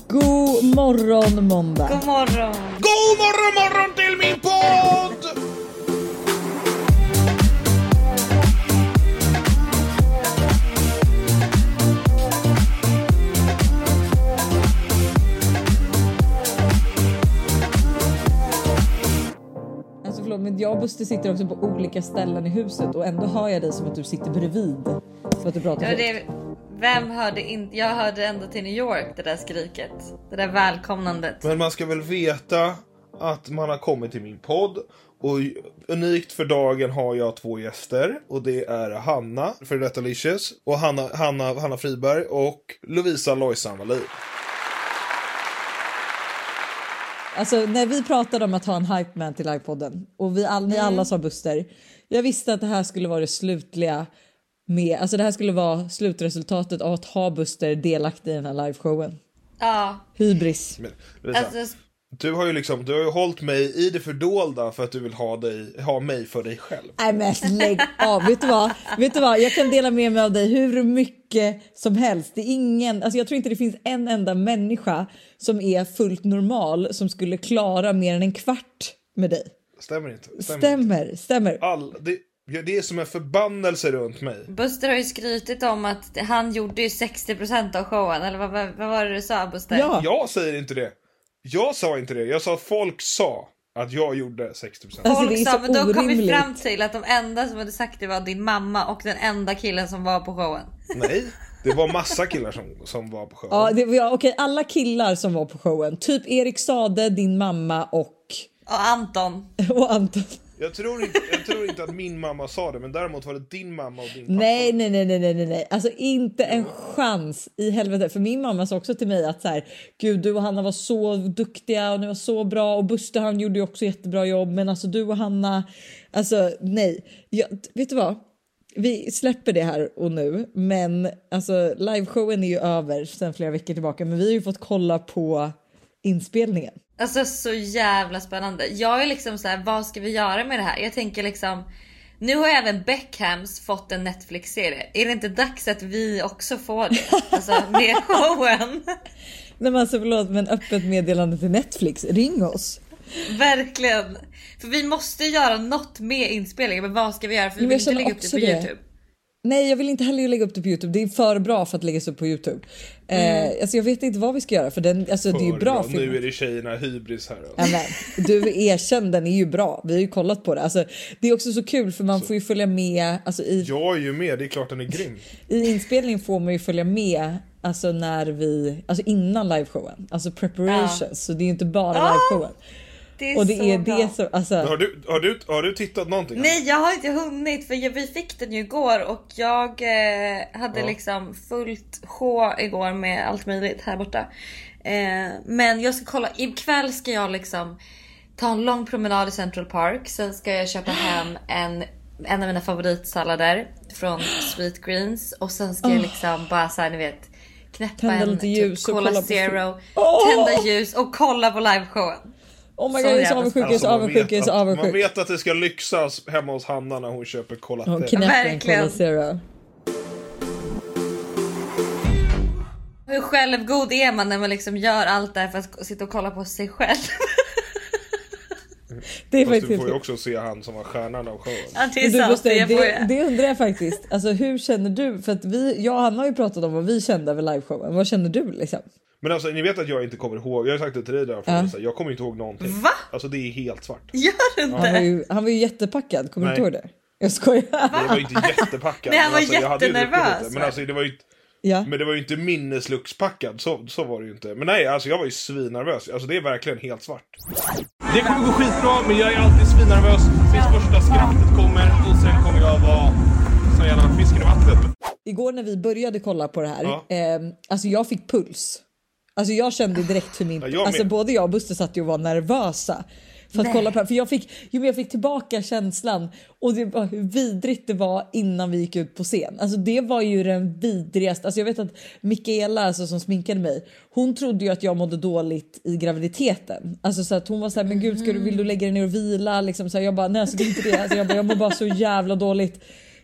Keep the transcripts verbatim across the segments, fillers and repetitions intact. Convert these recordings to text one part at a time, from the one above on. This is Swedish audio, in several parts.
God morgon måndag. God morgon. God morgon morgon till min podd. Alltså förlåt, men jag och Buster sitter också på olika ställen i huset och ändå hör jag dig som att du sitter bredvid. Så att du pratar Ja, det, vem hörde inte? Jag hörde ändå till New York det där skriket. Det där välkomnandet. Men man ska väl veta att man har kommit till min podd. Och unikt för dagen har jag två gäster. Och det är Hanna, för detta Licious. Och Hanna, Hanna, Hanna Friberg och Lovisa Lojsan Wallin. Alltså när vi pratade om att ha en hype man till livepodden och vi all, ni alla sa Buster. Jag visste att det här skulle vara det slutliga med, alltså det här skulle vara slutresultatet av att ha Buster delaktig i den här liveshowen. Ja. Hybris. Men, Lovisa, Alltså, du har ju liksom, du har ju hållit mig i det fördolda för att du vill ha, dig, ha mig för dig själv. Nej men lägg av, vet du vad? Vet du vad? Jag kan dela med mig av dig hur mycket som helst. Det är ingen, alltså jag tror inte det finns en enda människa som är fullt normal som skulle klara mer än en kvart med dig. Stämmer inte. Stämmer. Stämmer, inte. stämmer. All, det, ja, det är som en förbannelse runt mig. Buster har ju skrytit om att han gjorde ju sextio procent av showen. Eller vad, vad, vad var det du sa, Buster? Ja. Jag säger inte det. Jag sa inte det. Jag sa att folk sa att jag gjorde sextio procent. Alltså, Folk det är sa, så men då kom vi orimligt. fram till att de enda som hade sagt det var din mamma och den enda killen som var på showen. Nej, det var massa killar som, som var på showen. Ja, det var ja, okej, alla killar som var på showen. Typ Erik Sade, din mamma och Och Anton. och Anton. Jag tror, inte, jag tror inte att min mamma sa det, men däremot var det din mamma och din pappa. Nej, nej, nej, nej, nej, nej. Alltså inte en chans i helvete. För min mamma sa också till mig att så här, gud, du och Hanna var så duktiga och ni var så bra. Och Buster, han gjorde ju också jättebra jobb. Men alltså du och Hanna, alltså nej. Jag, vet du vad? Vi släpper det här och nu. Men alltså liveshowen är ju över sedan flera veckor tillbaka. Men vi har ju fått kolla på inspelningen. Alltså så jävla spännande. Jag är liksom så här, vad ska vi göra med det här? Jag tänker liksom, nu har även Beckhams fått en Netflix-serie. Är det inte dags att vi också får det? Alltså med showen. Nej men alltså förlåt, men öppet meddelande till Netflix. Ring oss. Verkligen. För vi måste göra något med inspelningen. Men vad ska vi göra? För vi Men vill jag inte känner lägga upp det också på det. YouTube. Nej, jag vill inte heller lägga upp det på YouTube. Det är för bra för att läggas upp på YouTube. Mm. Eh, alltså jag vet inte vad vi ska göra för den, alltså det är ju För bra bra. film. Nu är det tjejerna hybris här. Alltså. Ja, men, du erkänn, den är ju bra. Vi har ju kollat på det. Alltså, det är också så kul för man så. får ju följa med. Alltså, i, Jag är ju med, det är klart den är grym. I inspelningen får man ju följa med. Alltså när vi, alltså innan liveshowen. Alltså preparations. Ja. Så det är ju inte bara Ah! liveshowen. Det är och det så är bra. det som, alltså... Har du, har, du, har du tittat någonting? Nej, jag har inte hunnit för jag, vi fick den ju igår och jag eh, hade Ja. liksom fullt sjå igår med allt möjligt här borta. Eh, men jag ska kolla, ikväll ska jag liksom ta en lång promenad i Central Park. Sen ska jag köpa hem en, en av mina favoritsallader från Sweet Greens. Och sen ska jag liksom bara så här, ni vet, knäppa Tända en lite typ ljus och Cola kolla på Zero, Oh! tända ljus och kolla på liveshowen. Oh my Så god, jag är så jävla avundsjuk, jag är så Alltså, man avundsjuk, jag är vet så att- Man avundsjuk. vet att det ska lyxas hemma hos Hanna när hon köper Cola. Hon knäpper en Verkligen. Cola Zero. Hur självgod är man när man liksom gör allt det här för att sitta och kolla på sig själv? Det är Fast faktiskt du får ju helt- också se han som var stjärnan av showen. Ja, det är Men du, sant. Buster, Det, får det, jag. det undrar jag faktiskt. Alltså hur känner du? För att vi, jag och Hanna har ju pratat om vad vi kände över liveshowen. Vad känner du liksom? Men alltså, ni vet att jag inte kommer ihåg. Jag har sagt det till dig där. Ja. Ja. Jag kommer inte ihåg någonting. Va? Alltså det är helt svart. Gör du Han var inte? ju, han var ju jättepackad, kommer du Nej. inte ihåg det? Jag skojar. Men jag var ju inte jättepackad. Nej, han var Men alltså, jag hade ju druckit jättenervös, lite. Men va? alltså det var ju inte... Ja. Men det var ju inte minnesluckspackad, så, så var det ju inte. Men nej, alltså jag var ju svinnervös. Alltså det är verkligen helt svart. Det kommer gå skitbra, men jag är alltid svinnervös. Tills första skrattet kommer och sen kommer jag vara så jävla fisken i vattnet. Igår när vi började kolla på det här, Ja. eh, alltså jag fick puls. Alltså jag kände direkt hur min, Ja, jag alltså med. både jag och Buster satt ju och var nervösa. För att Nej. kolla på det här. För jag fick, jo, men jag fick tillbaka känslan. Och det var hur vidrigt det var innan vi gick ut på scen. Alltså det var ju den vidrigaste. Alltså jag vet att Mikaela, alltså, som sminkade mig, hon trodde ju att jag mådde dåligt i graviditeten. Alltså så att hon var så här, men gud, ska du, vill du lägga dig ner och vila? Liksom, så här, jag bara, nej alltså, det är inte det. Alltså, jag, bara, jag mår bara så jävla dåligt.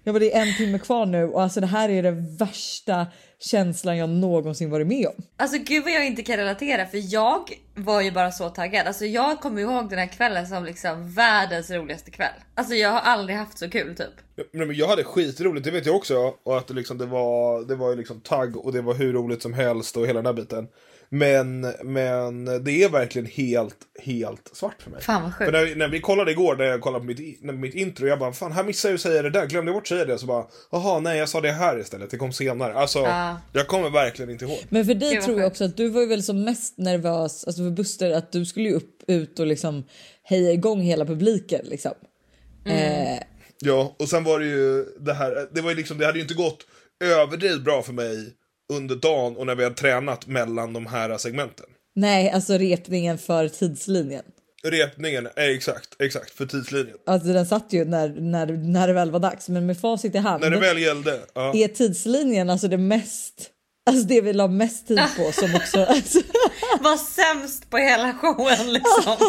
Jag var det är en timme kvar nu och alltså det här är det värsta känslan jag någonsin varit med om. Alltså gud vad jag inte kan relatera, för jag var ju bara så taggad. Alltså jag kommer ihåg den här kvällen som liksom världens roligaste kväll. Alltså jag har aldrig haft så kul typ. Ja, men jag hade skitroligt, det vet jag också. Och att det, liksom, det var, det var ju liksom tagg och det var hur roligt som helst och hela den här biten. Men, men det är verkligen helt, helt svart för mig. Fan vad sjukt. För när, när vi kollade igår, när jag kollade på mitt, mitt intro, jag bara, fan här missade jag att säga det där, glömde jag bort att säga det. Så bara, jaha nej jag sa det här istället, det kom senare. Alltså, uh. jag kommer verkligen inte ihåg. Men för dig tror jag också att du var ju väl som mest nervös, alltså för Buster, att du skulle ju upp, ut och liksom heja igång hela publiken liksom. Mm. Eh. Ja, och sen var det ju det här, det var ju liksom, det hade ju inte gått överdrivet bra för mig under dagen och när vi hade tränat mellan de här segmenten. Nej, alltså repningen för tidslinjen. Repningen, är exakt, exakt, för tidslinjen. Alltså den satt ju när, när, när det väl var dags, men med facit i hand. När det väl gällde, ja. Är tidslinjen alltså det mest, alltså det vi la mest tid på som också... Alltså. Var sämst på hela showen liksom.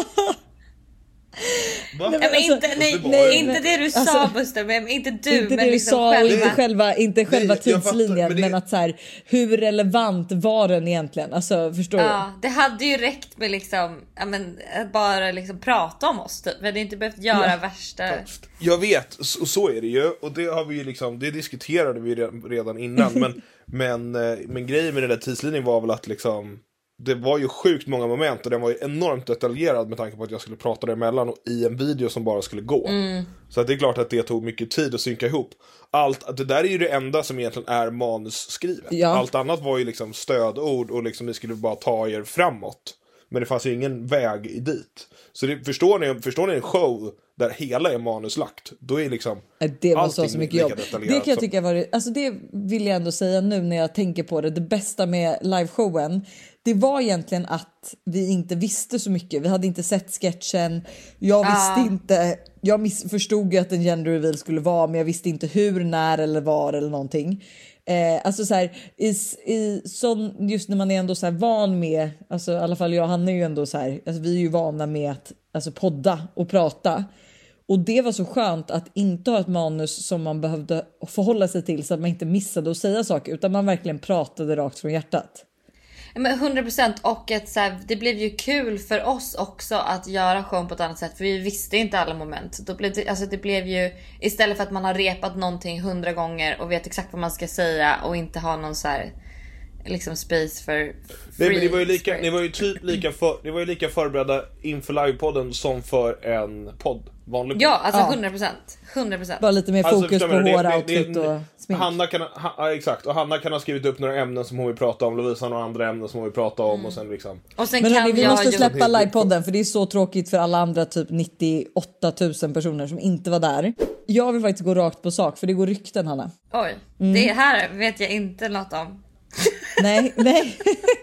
Nej, men alltså, inte, nej, nej, inte det du sa alltså, Buster, men inte du inte men det liksom sa, själva. Inte själva, inte själva nej, tidslinjen fattar, men, men det... att så här, hur relevant var den egentligen, alltså förstår ja, du? Det hade ju räckt med liksom, ja, men, att bara liksom prata om oss typ. Vi hade inte behövt göra ja. värsta. Jag vet, så, så är det ju, och det har vi ju liksom, det diskuterade vi redan innan. men, men, men grejen med den där tidslinjen var väl att liksom, det var ju sjukt många moment och den var ju enormt detaljerad med tanke på att jag skulle prata däremellan och i en video som bara skulle gå. Mm. Så att det är klart att det tog mycket tid att synka ihop. Allt, det där är ju det enda som egentligen är manusskrivet. Ja. Allt annat var ju liksom stödord och liksom ni skulle bara ta er framåt. Men det fanns ju ingen väg i dit. Så det, förstår, ni, förstår ni en show där hela är manuslagt, då är liksom det var så, så mycket jobb. Det kan jag tycka var, alltså det vill jag ändå säga nu när jag tänker på det. Det bästa med liveshowen, det var egentligen att vi inte visste så mycket. Vi hade inte sett sketchen. Jag visste ah. inte, jag miss, förstod ju att en gender reveal skulle vara, men jag visste inte hur, när eller var eller någonting. Eh, alltså så här, i, i, sån, just när man är ändå så här van med, alltså i alla fall jag och han är ju ändå så här, alltså vi är ju vana med att alltså podda och prata. Och det var så skönt att inte ha ett manus som man behövde förhålla sig till så att man inte missade att säga saker, utan man verkligen pratade rakt från hjärtat. Men hundra procent, och att så här, det blev ju kul för oss också att göra show på ett annat sätt, för vi visste inte alla moment. Då blev det, alltså det blev ju, istället för att man har repat någonting hundra gånger och vet exakt vad man ska säga och inte ha någon så här liksom space för free. Nej, men ni var ju lika, ni var ju typ lika för, ni var ju lika förberedda inför livepodden som för en podd. Vanlig ja, alltså hundra procent. hundra procent. Bara lite mer fokus alltså, på hår, outfit och smink. Hanna kan, ha, ja, exakt. Och Hanna kan ha skrivit upp några ämnen som hon vill prata om. Lovisa några andra ämnen som hon vill prata om. Mm. Och sen liksom. Och sen men kan hörni, vi jag måste ju... släppa livepodden, för det är så tråkigt för alla andra typ nittioåtta tusen personer som inte var där. Jag vill faktiskt gå rakt på sak, för det går rykten, Hanna. Oj, mm. det här vet jag inte något om. nej, nej.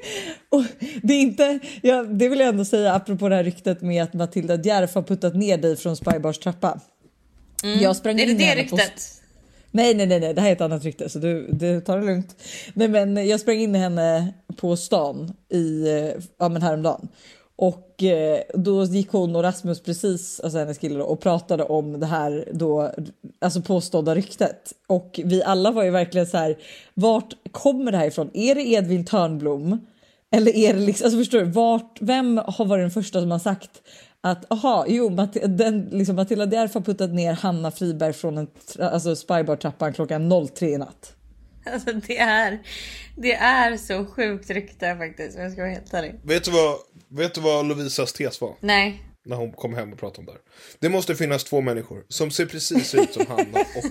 Och det är inte, ja, det vill jag ändå säga apropå det här ryktet med att Matilda Djerf har puttat ner dig från Spybars trappa. Mm. Jag sprang det är in det ryktet. På... Nej, nej, nej, nej, det här är ett annat rykte, så du, du tar det lugnt. Nej, men jag sprang in i henne på stan i, ja, men häromdagen. Och eh, då gick hon och Rasmus precis, alltså hennes kille då, och pratade om det här då, alltså påstådda ryktet. Och vi alla var ju verkligen så här, vart kommer det här ifrån? Är det Edvin Törnblom? Eller är det liksom, alltså förstår du, vart, vem har varit den första som har sagt att, aha, jo, Mat- den, liksom, Matilda Djerf har puttat ner Hanna Friberg från en, alltså Spybar-trappan klockan noll tre i natt. Alltså det är, det är så sjukt rykte faktiskt, jag ska vara helt ärlig. Vet du vad, vet du vad Lovisas tes var? Nej. När hon kom hem och pratade om det här. Det måste finnas två människor som ser precis ut som Hanna och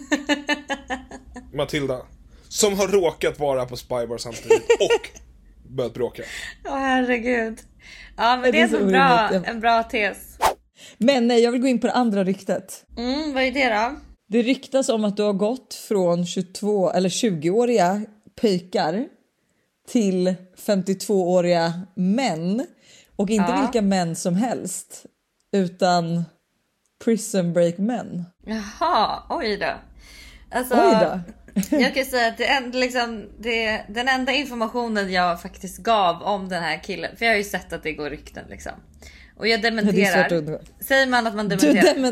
Matilda. Som har råkat vara på Spybar samtidigt och börjat bråka. Åh herregud. Ja, men det, det är, är så en bra, en bra tes. Men nej, jag vill gå in på det andra ryktet. Mm, vad är det då? Det ryktas om att du har gått från tjugotvå eller tjugoåriga pojkar till femtiotvååriga män. Och inte ja. vilka män som helst, utan prison break män. Jaha, oj då. Alltså, oj då. Jag kan säga att det är liksom, det, den enda informationen jag faktiskt gav om den här killen, för jag har ju sett att det går rykten liksom. Och jag dementerar. Säger man att man dementerar? Du, dement-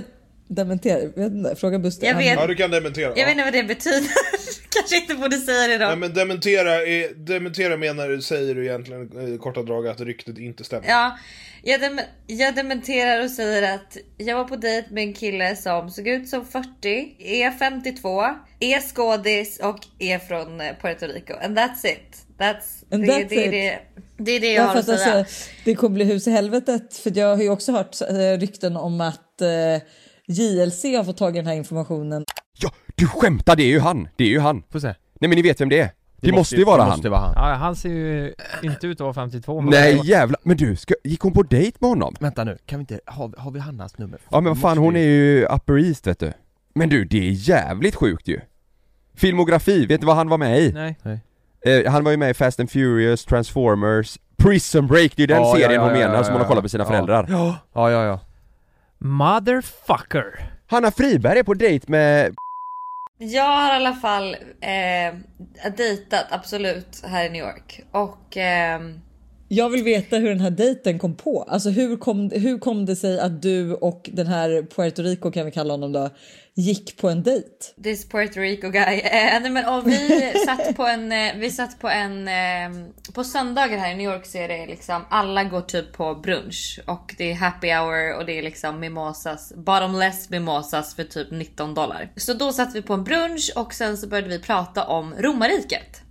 dementera? Jag vet inte, fråga Buster. Jag vet. Ja, du kan dementera. Jag ja. vet inte vad det betyder. Kanske inte borde säga det då. Nej, men dementera, är, dementera menar du, säger du egentligen i korta drag att ryktet inte stämmer. Ja, jag, dem- jag dementerar och säger att jag var på dejt med en kille som såg ut som fyrtio, är femtiotvå, är skådis och är från Puerto Rico. And that's it. That's, And det, that's det, it. det, det är det jag Ja, har för att att säga. alltså, det kommer bli hus i helvetet. För jag har ju också hört eh, rykten om att eh, J L C har fått tag i den här informationen. Ja, du skämtar, det är ju han. Det är ju han. Får se. Nej, men ni vet vem det är. Det, Det måste ju vara det han. måste vara han. Ja, han ser ju inte ut att vara femtiotvå. Men Nej, jävlar. Men du, ska, gick hon på dejt med honom? Vänta nu, kan vi inte, har, har vi Hannas nummer? Ja, men vad fan, Måste hon vi- är ju Upper East, vet du. Men du, det är jävligt sjukt ju. Filmografi, vet du vad han var med i? Nej. Nej. Eh, han var ju med i Fast and Furious, Transformers, Prison Break, det är ju den Ja, serien ja, ja, hon menar ja, ja, som hon har ja. kollat på sina Ja. föräldrar. Ja, ja, ja. Motherfucker. Hanna Friberg är på dejt med... Jag har i alla fall eh, dejtat absolut här i New York. Och eh, Jag vill veta hur den här dejten kom på. Alltså hur kom, hur kom det sig att du och den här Puerto Rico, kan vi kalla honom då, gick på en dejt? this Puerto Rico guy. Eh, nej, men, och vi satt på en, eh, vi satt på en, eh, på söndagar här i New York så är det liksom, alla går typ på brunch. Och det är happy hour och det är liksom mimosas, bottomless mimosas för typ nitton dollar. Så då satt vi på en brunch och sen så började vi prata om romarriket.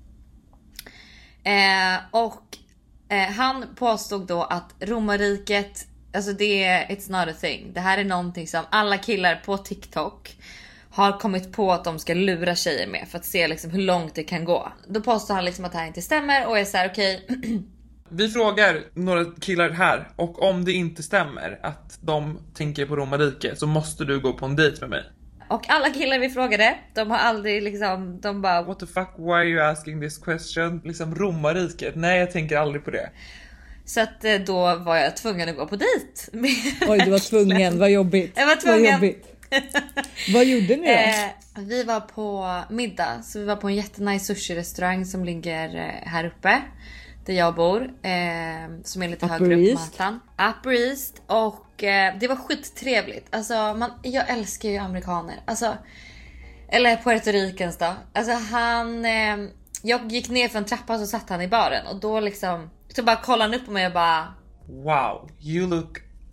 Eh, och eh, han påstod då att romarriket, alltså det är, it's not a thing. Det här är någonting som alla killar på TikTok har kommit på att de ska lura tjejer med för att se liksom hur långt det kan gå. Då påstår han liksom att det här inte stämmer och är så här: okej. Okay. Vi frågar några killar här och om det inte stämmer att de tänker på romarriket så måste du gå på en dejt med mig. Och alla killar vi frågade, de har aldrig liksom, de bara What the fuck, why are you asking this question? Liksom romarriket? Nej, jag tänker aldrig på det. så att eh, då var jag tvungen att gå på dejt. med- Oj, du var tvungen, vad jobbigt. Jag var Vad tvungen. jobbigt. Vad gjorde ni då? Eh, vi var på middag, så vi var på en jättenice sushi-restaurang som ligger eh, här uppe där jag bor, eh, som är lite Upper högre upp på East. Manhattan. Upper East. Och eh, det var skittrevligt. Alltså, man, jag älskar ju amerikaner. Alltså, eller Puerto Ricans då. Alltså han, eh, jag gick ner för en trappa så satt han i baren och då liksom, så bara kollade han upp på mig och bara Wow, you look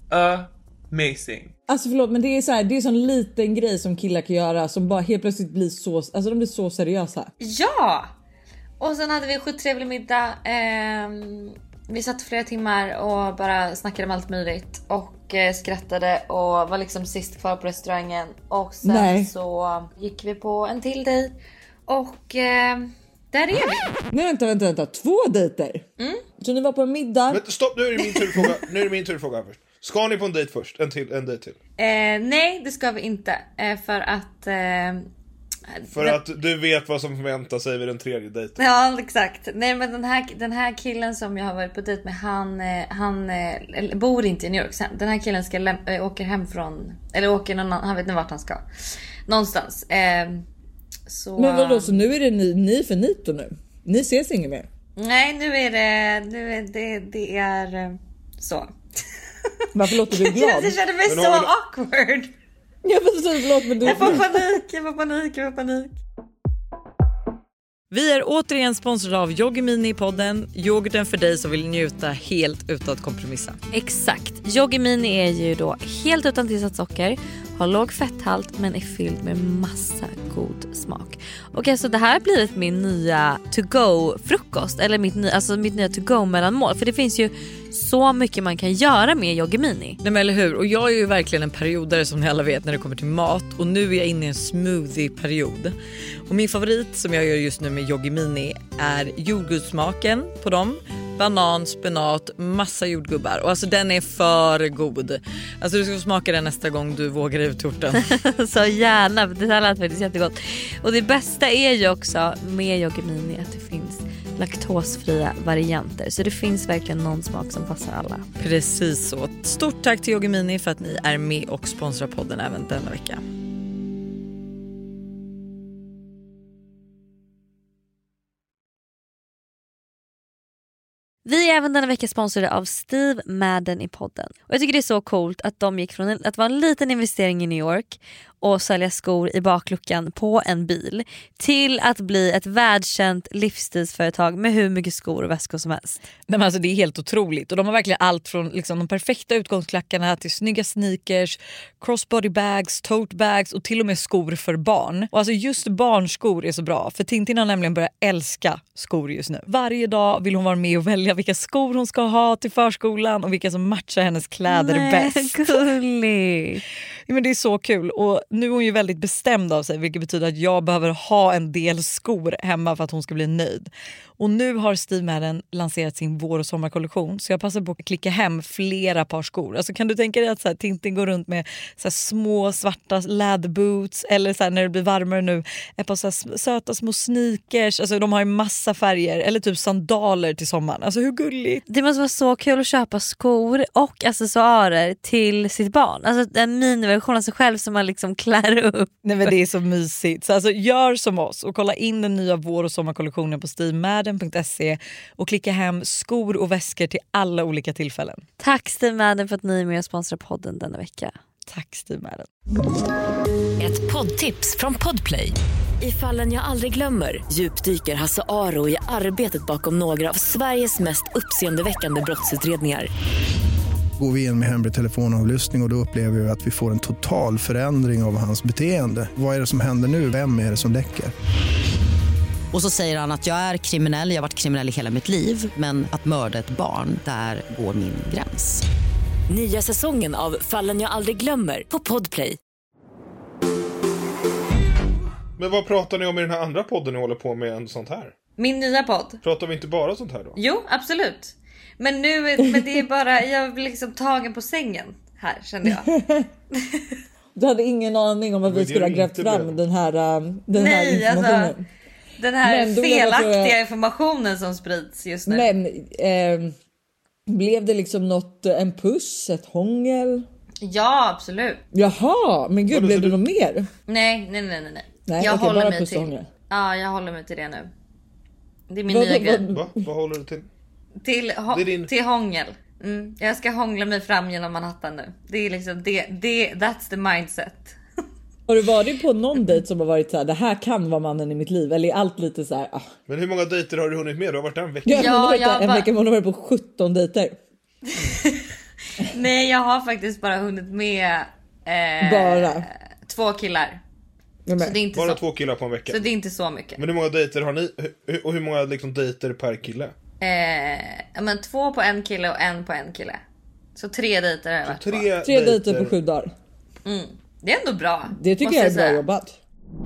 amazing. Alltså förlåt, men det är så här, det är en sån liten grej som killar kan göra som bara helt plötsligt blir så, alltså de blir så seriösa. ja! Och sen hade vi en skittrevlig middag. Ehm, vi satt flera timmar och bara snackade om allt möjligt. Och eh, skrattade och var liksom sist kvar på restaurangen. Och sen Nej. så gick vi på en till dejt. Och eh, där är vi. Nej, vänta, vänta, vänta. Två dejter? Mm. Så ni var på en middag? Men stopp, nu är det min tur att fråga. Nu är det min tur att fråga först. Ska ni på en dejt först? En till, en dejt till. Eh, nej, det ska vi inte. Eh, för att... Eh, För men- att du vet vad som förväntar sig vid den tredje dejten. Ja, exakt. Nej, men den här, den här killen som jag har varit på dejt med, han, eh, han eh, bor inte i New York. Så den här killen ska läm- äh, åker hem från, eller åker någon annan, han vet inte vart han ska. Någonstans. Eh, så, Men vadå, så nu är det ni, ni för nito nu? Ni ses inget mer? Nej, nu är det, nu är det, det är eh, så. Varför låter du glad? Jag känner mig Men så har vi- awkward. Jag förstår, förlåt, men du... Jag får panik, jag får panik, jag får panik. Vi är återigen sponsrade av Yoggi Mini i podden. Yoghurten för dig som vill njuta helt utan att kompromissa. Exakt. Yoggi Mini är ju då helt utan tillsatt socker, har låg fetthalt men är fylld med massa god smak. Och alltså det här har blivit min nya to-go-frukost, eller mitt, ny, alltså mitt nya to-go-mellanmål. För det finns ju så mycket man kan göra med Yoggi Mini. Nej, men eller hur? Och jag är ju verkligen en periodare som ni alla vet när det kommer till mat. Och nu är jag inne i en smoothie-period. Och min favorit som jag gör just nu med Yoggi Mini är jordgubbssmaken på dem. Banan, spenat, massa jordgubbar. Och alltså den är för god. Alltså du ska få smaka den nästa gång du vågar ut torten. Så gärna, det här lät faktiskt jättegott. Och det bästa är ju också med Yoggi Mini att det finns laktosfria varianter. Så det finns verkligen någon smak som passar alla. Precis så. Stort tack till Yoggi Mini för att ni är med och sponsrar podden även denna vecka. Vi är även denna vecka sponsrade av Steve Madden i podden. Och jag tycker det är så coolt att de gick från att vara en liten investering i New York och sälja skor i bakluckan på en bil till att bli ett världskänt livsstilsföretag med hur mycket skor och väskor som helst. Nej, men alltså, det är helt otroligt och de har verkligen allt från liksom, de perfekta utgångsklackarna till snygga sneakers, crossbody bags, tote bags och till och med skor för barn. Och alltså just barnskor är så bra för Tintin har nämligen börjat älska skor just nu. Varje dag vill hon vara med och välja vilka skor hon ska ha till förskolan och vilka som matchar hennes kläder Nej, bäst. Gulligt. Ja, men det är så kul och nu är hon ju väldigt bestämd av sig, vilket betyder att jag behöver ha en del skor hemma för att hon ska bli nöjd. Och nu har Steve Madden lanserat sin vår- och sommarkollektion så jag passar på att klicka hem flera par skor. Alltså kan du tänka dig att så här, Tintin går runt med så här, små svarta läderboots eller så här, när det blir varmare nu ett par så här, söta små sneakers. Alltså de har ju massa färger eller typ sandaler till sommaren. Alltså hur gulligt? Det måste vara så kul att köpa skor och accessoarer till sitt barn. Alltså en miniversion av sig själv som man liksom klär upp. Nej men det är så mysigt. Så alltså gör som oss och kolla in den nya vår- och sommarkollektionen på steve madden punkt se och klicka hem skor och väskor till alla olika tillfällen. Tack Steve Madden för att ni är med och sponsrar podden denna vecka. Tack Steve Madden. Ett poddtips från Podplay. I Fallen jag aldrig glömmer djupdyker Hasse Aro i arbetet bakom några av Sveriges mest uppseendeväckande brottsutredningar. Går vi in med hemlig telefonavlyssning och, och då upplever vi att vi får en total förändring av hans beteende. Vad är det som händer nu? Vem är det som läcker? Och så säger han att jag är kriminell, jag har varit kriminell i hela mitt liv. Men att mörda ett barn, där går min gräns. Nya säsongen av Fallen jag aldrig glömmer på Podplay. Men vad pratar ni om i den här andra podden ni håller på med en sånt här? Min nya podd. Pratar vi inte bara sånt här då? Jo, absolut. Men nu, men det är bara, jag blir liksom tagen på sängen här, kände jag. Du hade ingen aning om att vi skulle ha grävt fram den här, den Nej, här informationen. Alltså, den här då felaktiga jag... informationen som sprids just nu. Men eh, blev det liksom något, en puss, ett hångel? Ja, absolut. Jaha, men gud, blev det något mer? Nej, nej, nej, nej. Nej, jag okej, håller bara mig puss och till. hångel. Ja, jag håller mig till det nu. Det är min vad, nya vad, grej. Va? Vad håller du till? Till, ho- det är din... till hångel. Mm. Jag ska hångla mig fram genom Manhattan nu. Det är liksom det, det that's the mindset. Har du varit på någon dejt som har varit så här, det här kan vara mannen i mitt liv, eller är allt lite så här? Ah. Men hur många dejter har du hunnit med? Du har varit en vecka. Ja, Ja, varit jag en bara... vecka, man har varit på sjutton dejter. Nej, jag har faktiskt bara hunnit med eh, bara två killar. Så det är inte bara så... två killar på en vecka. Så det är inte så mycket. Men hur många dejter har ni? Och hur många liksom dejter per kille? Eh, men två på en kille och en på en kille. Så tre dejter har jag varit tre på. Tre dejter. dejter på sju dagar. Mm. Det är ändå bra. Det tycker jag är bra säga. Jobbat.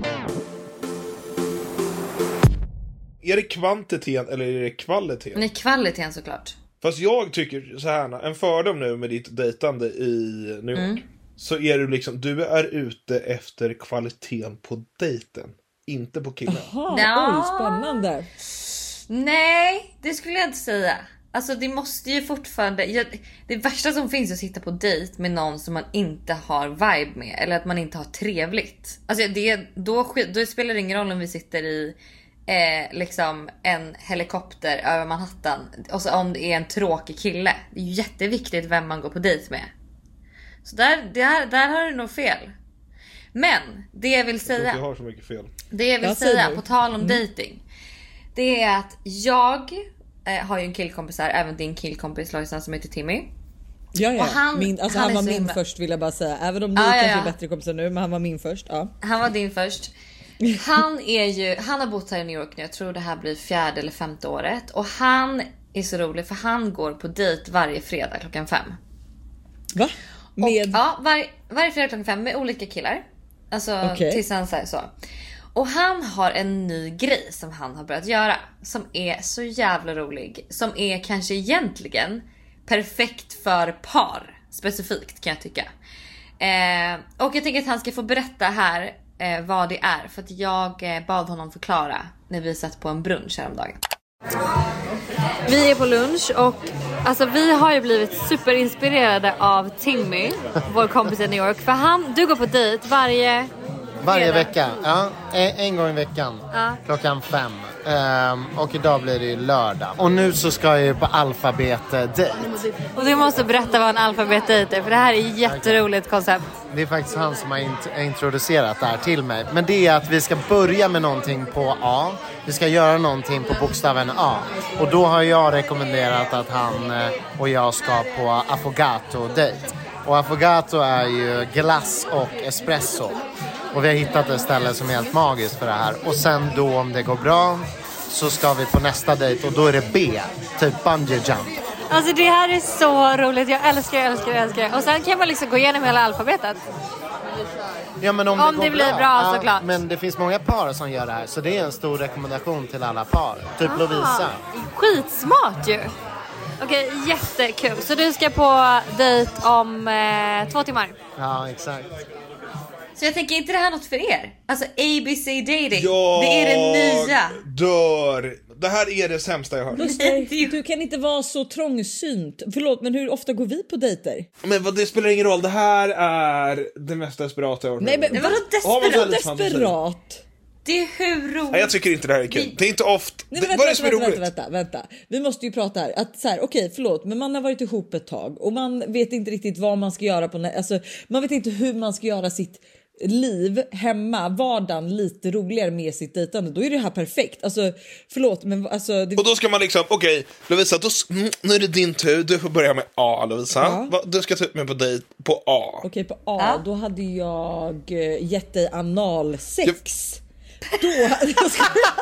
Är det kvantiteten eller är det kvaliteten? Nej, kvaliteten såklart. Fast jag tycker så här, en fördom nu med ditt dejtande i New York. Mm. Så är du liksom, du är ute efter kvaliteten på dejten. Inte på killen. Jaha, ja. Oj, spännande. Nej, det skulle jag inte säga. Alltså det måste ju fortfarande... Jag, det värsta som finns är att sitta på dejt med någon som man inte har vibe med. Eller att man inte har trevligt. Alltså det, då, då spelar det ingen roll om vi sitter i eh, liksom en helikopter över Manhattan. Och så om det är en tråkig kille. Det är ju jätteviktigt vem man går på dejt med. Så där, där, där har du nog fel. Men det jag vill säga... Jag, jag har så mycket fel. Det jag vill jag säga på tal om mm. dating. Det är att jag... Eh, har ju en killkompis här, även din killkompis Lojsan som heter Timmy. Ja, ja. Han, min, alltså han, han var min himla... först vill jag bara säga. Även om ni ah, kanske ja, ja. är bättre kompisar nu, men han var min först. Ja. Han var din först. Han är ju, han har bott här i New York nu. Jag tror det här blir fjärde eller femte året. Och han är så rolig för han går på dejt varje fredag klockan fem. Va? Med? Och, ja, var, varje fredag klockan fem med olika killar. Alltså okay. tills han säger så. Och han har en ny grej som han har börjat göra. Som är så jävla rolig. Som är kanske egentligen perfekt för par. Specifikt kan jag tycka. Eh, och jag tänker att han ska få berätta här eh, vad det är. För att jag eh, bad honom förklara när vi satt på en brunch häromdagen. Vi är på lunch och alltså, vi har ju blivit superinspirerade av Timmy, vår kompis i New York. För han, du går på dejt varje... Varje vecka, ja. En, en gång i veckan. Ja. Klockan fem. Um, och idag blir det ju lördag. Och nu så ska jag ju på alfabet-dejt. Och du måste berätta vad en alfabet-dejt är, för det här är ett jätteroligt koncept. Det är faktiskt han som har int- introducerat det här till mig. Men det är att vi ska börja med någonting på A. Vi ska göra någonting på bokstaven A. Och då har jag rekommenderat att han och jag ska på affogato-dejt. Och affogato är ju glass och espresso. Och vi har hittat ett ställe som är helt magiskt för det här. Och sen då om det går bra så ska vi på nästa dejt. Och då är det B, typ bungee jump. Alltså det här är så roligt, jag älskar det, älskar det, älskar det. Och sen kan man liksom gå igenom hela alfabetet. Ja, men om, om det, det blir bra, bra såklart. Ja, men det finns många par som gör det här. Så det är en stor rekommendation till alla par. Typ ah, Lovisa. Skitsmart ju. Okej, jättekul. Så du ska på dejt om eh, två timmar? Ja, exakt. Så jag tänker, inte det här något för er? Alltså A B C dating, jag det är det nya. dör. Det här är det sämsta jag har hört. Buster, du kan inte vara så trångsynt. Förlåt, men hur ofta går vi på dejter? Men vad, det spelar ingen roll. Det här är det mest desperata jag har hört. Nej, men vadå desperat? desperat? Det är hur roligt. Nej, jag tycker inte det här är kul. Vi... Det är inte ofta. Nej, vänta, vad är det vänta, som är vänta, roligt? vänta, vänta, vänta. Vi måste ju prata här. Att så här, okej, okay, förlåt, men man har varit ihop ett tag och man vet inte riktigt vad man ska göra på. Alltså, man vet inte hur man ska göra sitt liv hemma, vardagen lite roligare med sitt dejtande. Då är det här perfekt. Alltså, förlåt, men alltså... Det... Och då ska man liksom, okej, okay, Lovisa, då, nu är det din tur. Du får börja med A, Lovisa. Ja. Du ska ta upp mig på dejt på A. Okej, okay, på A. Ja. Då hade jag gett dig analsex. Jag... Då hade jag...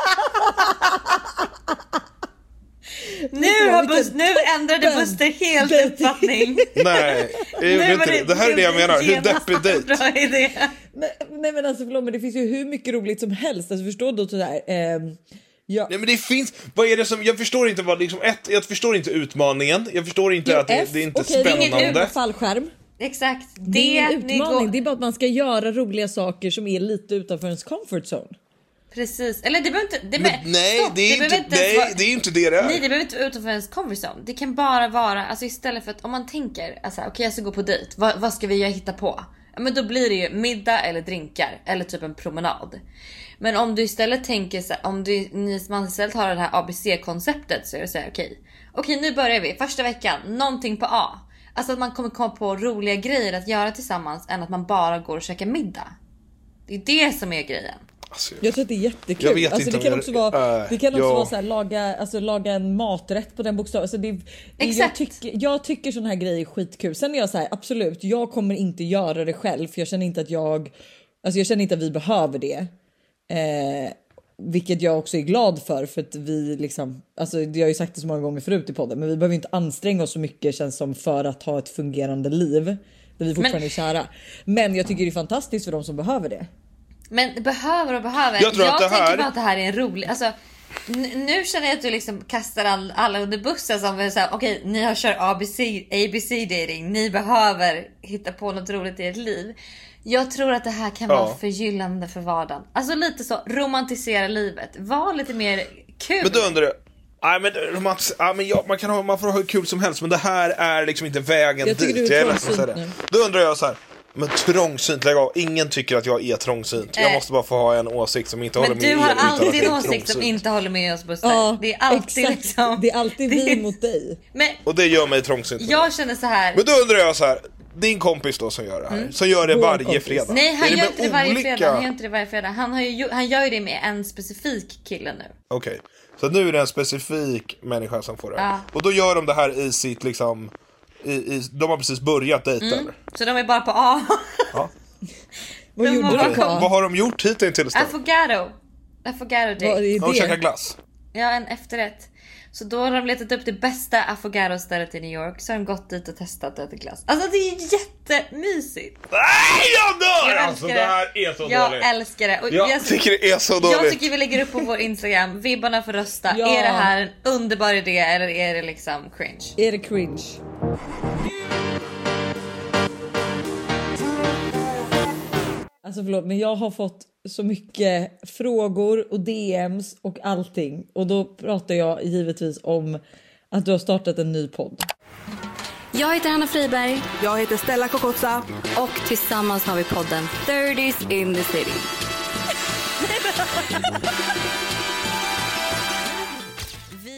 Nu, har Bust, nu ändrade Buster helt uppfattning. Nej, jag gjorde inte det. Det här är det jag menar. Hur deppig dejt. Bra idé. Men, nej men alltså förlåt, men det finns ju hur mycket roligt som helst. Alltså förstår du sådär. Eh, ja. Nej men det finns, vad är det som, jag förstår inte vad liksom, ett, jag förstår inte utmaningen. Jag förstår inte jo, att det, det är inte okay, spännande. Det är ingen fallskärm. Exakt. Det, det är en utmaning. Det är bara att man ska göra roliga saker som är lite utanför ens comfort zone. Precis, eller det behöver inte det men, nej, stopp, det är det inte, inte nej, vara, det är inte det det är. Nej, det behöver inte vara utanför ens comfort zone. Det kan bara vara, alltså istället för att om man tänker alltså, okej okay, jag ska gå på dejt, vad, vad ska vi göra, hitta på? Ja, men då blir det ju middag eller drinkar eller typ en promenad. Men om du istället tänker så här, om du, ni, man istället har det här A B C-konceptet så är det så här, okej okay, okej okay, nu börjar vi, första veckan, någonting på A. Alltså att man kommer komma på roliga grejer att göra tillsammans än att man bara går och käkar middag. Det är det som är grejen. Alltså, jag tror att det är jättekul. Alltså, det kan också jag, vara, det kan också ja. vara så här, laga, alltså, laga en maträtt på den bokstaven. Alltså, det, Exakt. Jag, tycker, jag tycker sån här grejer är skitkul. Sen är jag så här, absolut, jag kommer inte göra det själv. För jag känner inte att jag, alltså jag känner inte att vi behöver det. Eh, vilket jag också är glad för. För att vi liksom, alltså jag har ju sagt det så många gånger förut i podden. Men vi behöver inte anstränga oss så mycket känns som för att ha ett fungerande liv. Där vi fortfarande men, är kära. Men jag tycker det är fantastiskt för de som behöver det. Men behöver och behöver. Jag, tror jag att det här... tänker bara att det här är en rolig. Alltså, n- nu känner jag att du liksom kastar all, alla under bussen som är så här, okej, ni har kört A B C, A B C dating. Ni behöver hitta på något roligt i ert liv. Jag tror att det här kan ja. vara förgyllande för vardagen. Alltså lite så, romantisera livet. Var lite mer kul. Men då undrar jag, nej men, romantis- ja, men ja, man, kan ha, man får ha hur kul som helst. Men det här är liksom inte vägen jag dit. Du är jag är det. Då undrar jag så här. Men trångsynt, lägg av. Ingen tycker att jag är trångsynt. Jag måste bara få ha en åsikt som inte men håller med er. Men du har alltid en åsikt som inte håller med oss, Buster. Ja, det är alltid exakt. Liksom det är alltid vi mot dig. Men, och det gör mig trångsynt. Jag känner så här. Men då undrar jag så här. Din kompis då som gör det här mm. som gör det Vår varje kompis. fredag. Nej, han gör det inte det varje olika... fredag. Han gör inte det varje fredag. Han, har ju, han gör ju det med en specifik kille nu. Okej, okay. Så nu är det en specifik människa som får det. Ja. Och då gör de det här i sitt liksom i, i, de har precis börjat dejta mm. eller? Så de är bara på A. Ja. Vad gjorde de på? Vad har de gjort hittills då? Affogato. Affogato date. Vad är det? De käkar glass. Ja, en efterrätt. Så då har de letat upp det bästa affogato-stället i New York. Så har de gått dit och testat att äta glass. Alltså det är jättemysigt. Nej, jag dör! Jag alltså det. det här är så jag dåligt. Jag älskar det. Och jag, jag tycker det är så dåligt. Jag tycker vi lägger upp på vår Instagram. Vibbarna får rösta. Ja. Är det här en underbar idé eller är det liksom cringe? Är det cringe? Alltså förlåt, men jag har fått så mycket frågor och D Ms och allting. Och då pratar jag givetvis om att du har startat en ny podd. Jag heter Hanna Friberg. Jag heter Stella Kokotsa. Och tillsammans har vi podden thirties in the city.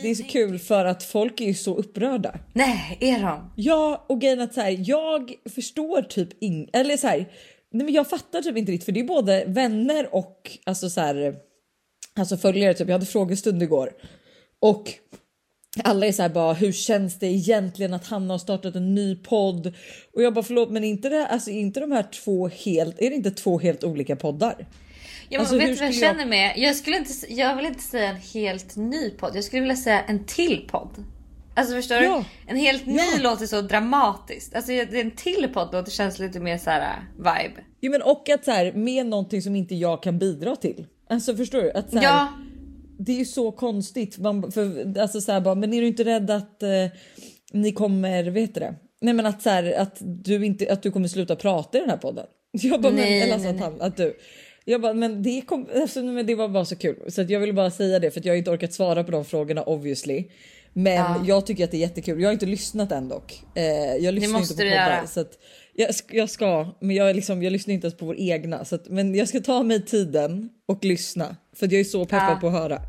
det är så kul för att folk är ju så upprörda. Nej, är de? Ja, och grejen att så här, jag förstår typ ing eller så här, nej men jag fattar typ inte riktigt för det är både vänner och alltså så här, alltså följare typ. Jag hade frågestund igår och alla är så här bara, hur känns det egentligen att Hanna har startat en ny podd? Och jag bara, förlåt, men inte det, alltså inte de här två helt, är det inte två helt olika poddar? Ja, men alltså, vet du vad jag känner med? Jag skulle inte, jag vill inte säga en helt ny podd. Jag skulle vilja säga en till podd. Alltså förstår ja. du? En helt ny ja. låter så dramatiskt. Alltså en till podd låter känns lite mer så här vibe. Jo, men och att så här, med någonting som inte jag kan bidra till. Alltså förstår du? Att så här, ja. Det är ju så konstigt. Man, för, alltså så här, bara, men är du inte rädd att eh, ni kommer, vet du det? Nej, men att, så här, att, du inte, att du kommer sluta prata i den här podden. Jag bara, nej, men, eller alltså, nej, att, han, att du... Jag bara, men det, kom, alltså, men det var bara så kul. Så att jag ville bara säga det för att jag har inte orkat svara på de frågorna obviously. Men ja. Jag tycker att det är jättekul. Jag har inte lyssnat än dock. Eh, jag lyssnar inte på poddar. Så att jag, jag ska, men jag, liksom, jag lyssnar inte ens på vår egna. Så att, men jag ska ta mig tiden och lyssna. För att jag är så peppad ja. på att höra.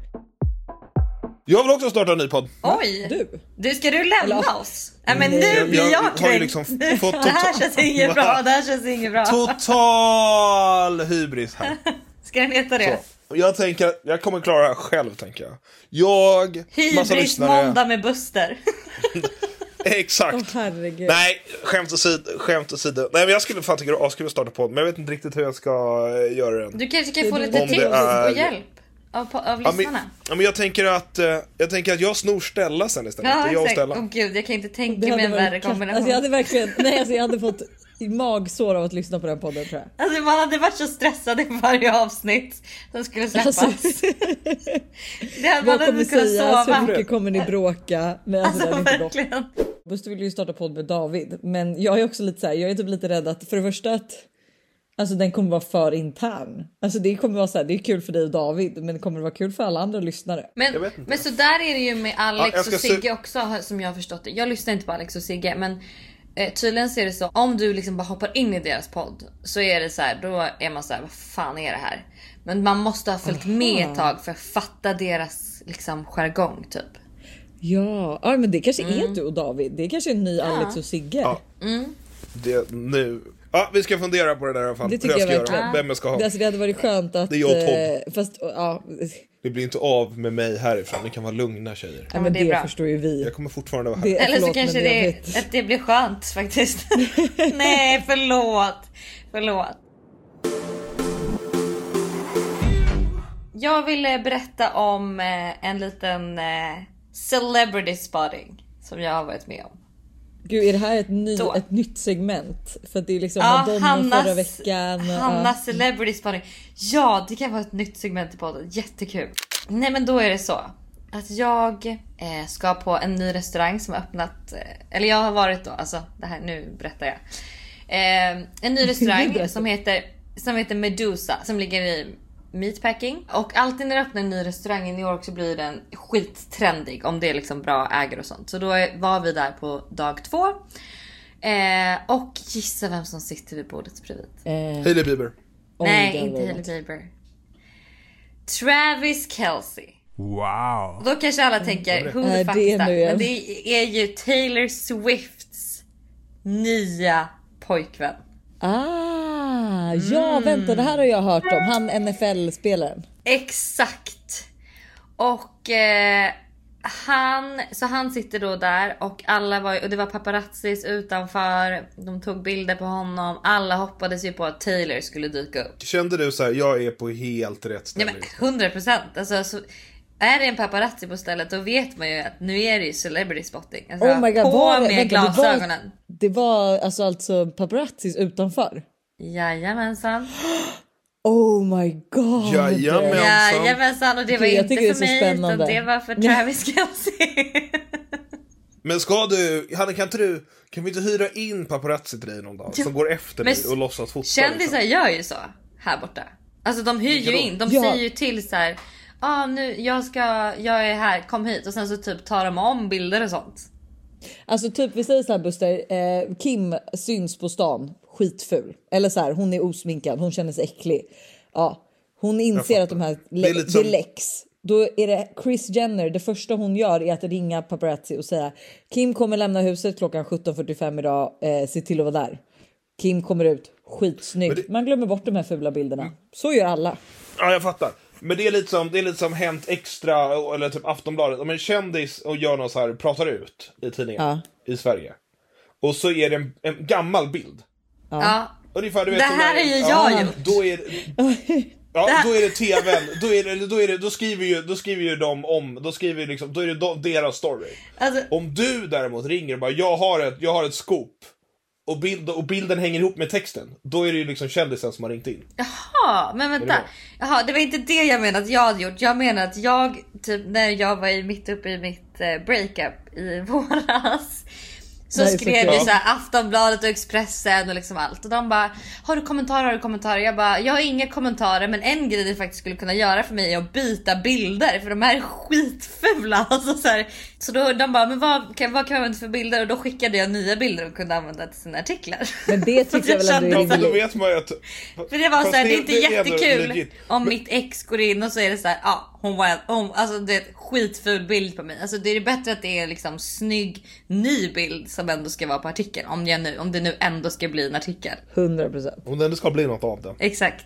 Jag vill också starta en ny podd. Oj! Du, du ska du lämna Eller, oss? Ja, men nu blir jag, jag kränkt. Liksom fått det här känns inget bra. Det här känns inget bra. Total hybris här. Ska den heta det? Så, jag tänker, jag kommer klara det här själv tänker jag. Jag, hybris måndag med Buster. Exakt. Oh, herregud. Nej, skämt åsido, skämt åsido. Nej, men jag skulle fan tycka att jag starta podd, men jag vet inte riktigt hur jag ska göra den. Du kanske kan få lite tips är... och hjälp. Av, av lyssnarna. Ja, men, ja, men jag tänker att jag tänker att jag snor Stella sen istället. Ja, jag och Stella. Åh gud, jag kan inte tänka mig en värre kombination. Alltså jag hade verkligen, nej alltså jag hade fått magsår av att lyssna på den podden tror jag. Alltså man hade varit så stressad i varje avsnitt som skulle släppas. Alltså, det hade man inte kunnat sova. Hur mycket kommer ni bråka? Men alltså, alltså inte verkligen. Buster vill ju starta podd med David, men jag är också lite så här, jag är typ lite rädd att för det första att alltså den kommer vara för intern. Alltså det kommer vara så här, det är kul för dig och David, men det kommer vara kul för alla andra lyssnare. Men, men så där är det ju med Alex ja, och Sigge också som jag har förstått det. Jag lyssnar inte på Alex och Sigge, men eh, tydligen ser det så. Om du liksom bara hoppar in i deras podd så är det så här, då är man så här, vad fan är det här? Men man måste ha följt Aha. med ett tag för att fatta deras liksom jargong typ. Ja, ja men det kanske mm. är du och David. Det är kanske är en ny ja. Alex och Sigge. Ja. Mm. Det nu. Ja, vi ska fundera på det där i alla fall. Det tycker jag, jag verkligen. Vem jag ska ha. Det, alltså, det hade varit skönt att... Det är jag och Todd. Fast, ja. Det blir inte av med mig härifrån. Ni kan vara lugna tjejer. Ja, men det, det förstår ju vi. Jag kommer fortfarande vara här. Det, Eller så kanske det, att det blir skönt faktiskt. Nej, förlåt. Förlåt. Jag ville berätta om en liten celebrity spotting som jag har varit med om. Gud, är det här ett, ny, ett nytt segment? För att det är liksom ja, Madonna Hannas, förra veckan. Hannas ja. Celebrity spotting. Ja, det kan vara ett nytt segment i podden. Jättekul. Nej, men då är det så att jag eh, ska på en ny restaurang som har öppnat. Eh, eller jag har varit då, alltså det här, nu berättar jag. Eh, en ny restaurang som heter, som heter Medusa, som ligger i Meatpacking. Och alltid när det öppnar en ny restaurang i New York så blir den skittrendig om det är liksom bra ägare och sånt. Så då var vi där på dag två. Eh, och gissa vem som sitter vid bordet bredvid. Eh. Hailey Bieber. Nej, oh, inte Hailey Bieber. Travis Kelce. Wow. Då kanske alla tänker, who the fuck is that? Men det är ju Taylor Swifts nya pojkvän. Ah, ja mm. vänta, det här har jag hört om. Han N F L-spelaren. Exakt. Och eh, han, så han sitter då där och alla var, och det var paparazzis utanför. De tog bilder på honom. Alla hoppades ju på att Taylor skulle dyka upp. Kände du så här, jag är på helt rätt ställe? Ja, men hundra procent. Alltså så, är det en paparazzi på stället då vet man ju att nu är det ju celebrity spotting. Alltså, oh my God, på var det, med vänta, glasögonen. Det var, det var alltså, alltså paparazzis utanför? Jajamensan. Oh my God. Jajamensan. Jajamensan, och det var jag inte för mig utan det var för Travis Kelce. Men ska du, Hanna, kan inte du, kan vi inte hyra in paparazzi till dig någon dag som går efter dig och låtsas fota? Kändisar liksom. Gör ju så här borta. Alltså de hyr ju in, de ja. säger ju till så här, ah, nu, jag ska, jag är här, kom hit. Och sen så typ tar de om bilder och sånt. Alltså typ vi säger så här Buster, eh, Kim syns på stan skitful. Eller så här, hon är osminkad, hon känner sig äcklig. Ja, hon inser att de här, det är, det är, som, det är läx. Då är det Kris Jenner, det första hon gör är att ringa paparazzi och säga Kim kommer lämna huset klockan sjutton fyrtiofem idag, eh, se till att vara där. Kim kommer ut, skitsnygg. Det... Man glömmer bort de här fula bilderna. Så gör alla. Ja, jag fattar. Men det är lite som, det är lite som Hänt Extra eller typ Aftonbladet. Om en kändis och gör något så här, pratar ut i tidningen ja. i Sverige. Och så är det en, en gammal bild. Ja. Ungefär, du vet, det här är ju jag ja, gjort. Då är Ja, det då är det tvn, då är det då är det då skriver ju då skriver ju de om, då skriver liksom då är det de, deras story. Alltså, om du däremot ringer och bara jag har ett jag har ett scoop och bild och bilden hänger ihop med texten, då är det ju liksom kändisen som har ringt in. Jaha, men vänta. Jaha, det var inte det jag menade att jag hade gjort. Jag menar att jag typ när jag var i mitt uppe i mitt eh, breakup i våras. Så Nej, skrev ju så här Aftonbladet och Expressen och liksom allt. Och de bara, har du kommentarer, har du kommentarer? Jag bara, jag har inga kommentarer. Men en grej det faktiskt skulle kunna göra för mig är att byta bilder. För de här är skitfula. Alltså så här. Så då de bara, men vad kan, vad kan man använda för bilder? Och då skickade jag nya bilder och kunde använda till sina artiklar. Men det tycker jag väl ändå är rimligt. Då vet man ju att... För det var så här, det är inte det jättekul är om men... mitt ex går in och så är det så här, ja. Hon var hon, alltså det är ett skitful bild på mig. Alltså det är bättre att det är liksom snygg ny bild som ändå ska vara på artikeln. Om, jag nu, om det nu ändå ska bli en artikel. hundra procent. Om det ändå ska bli något av det. Exakt.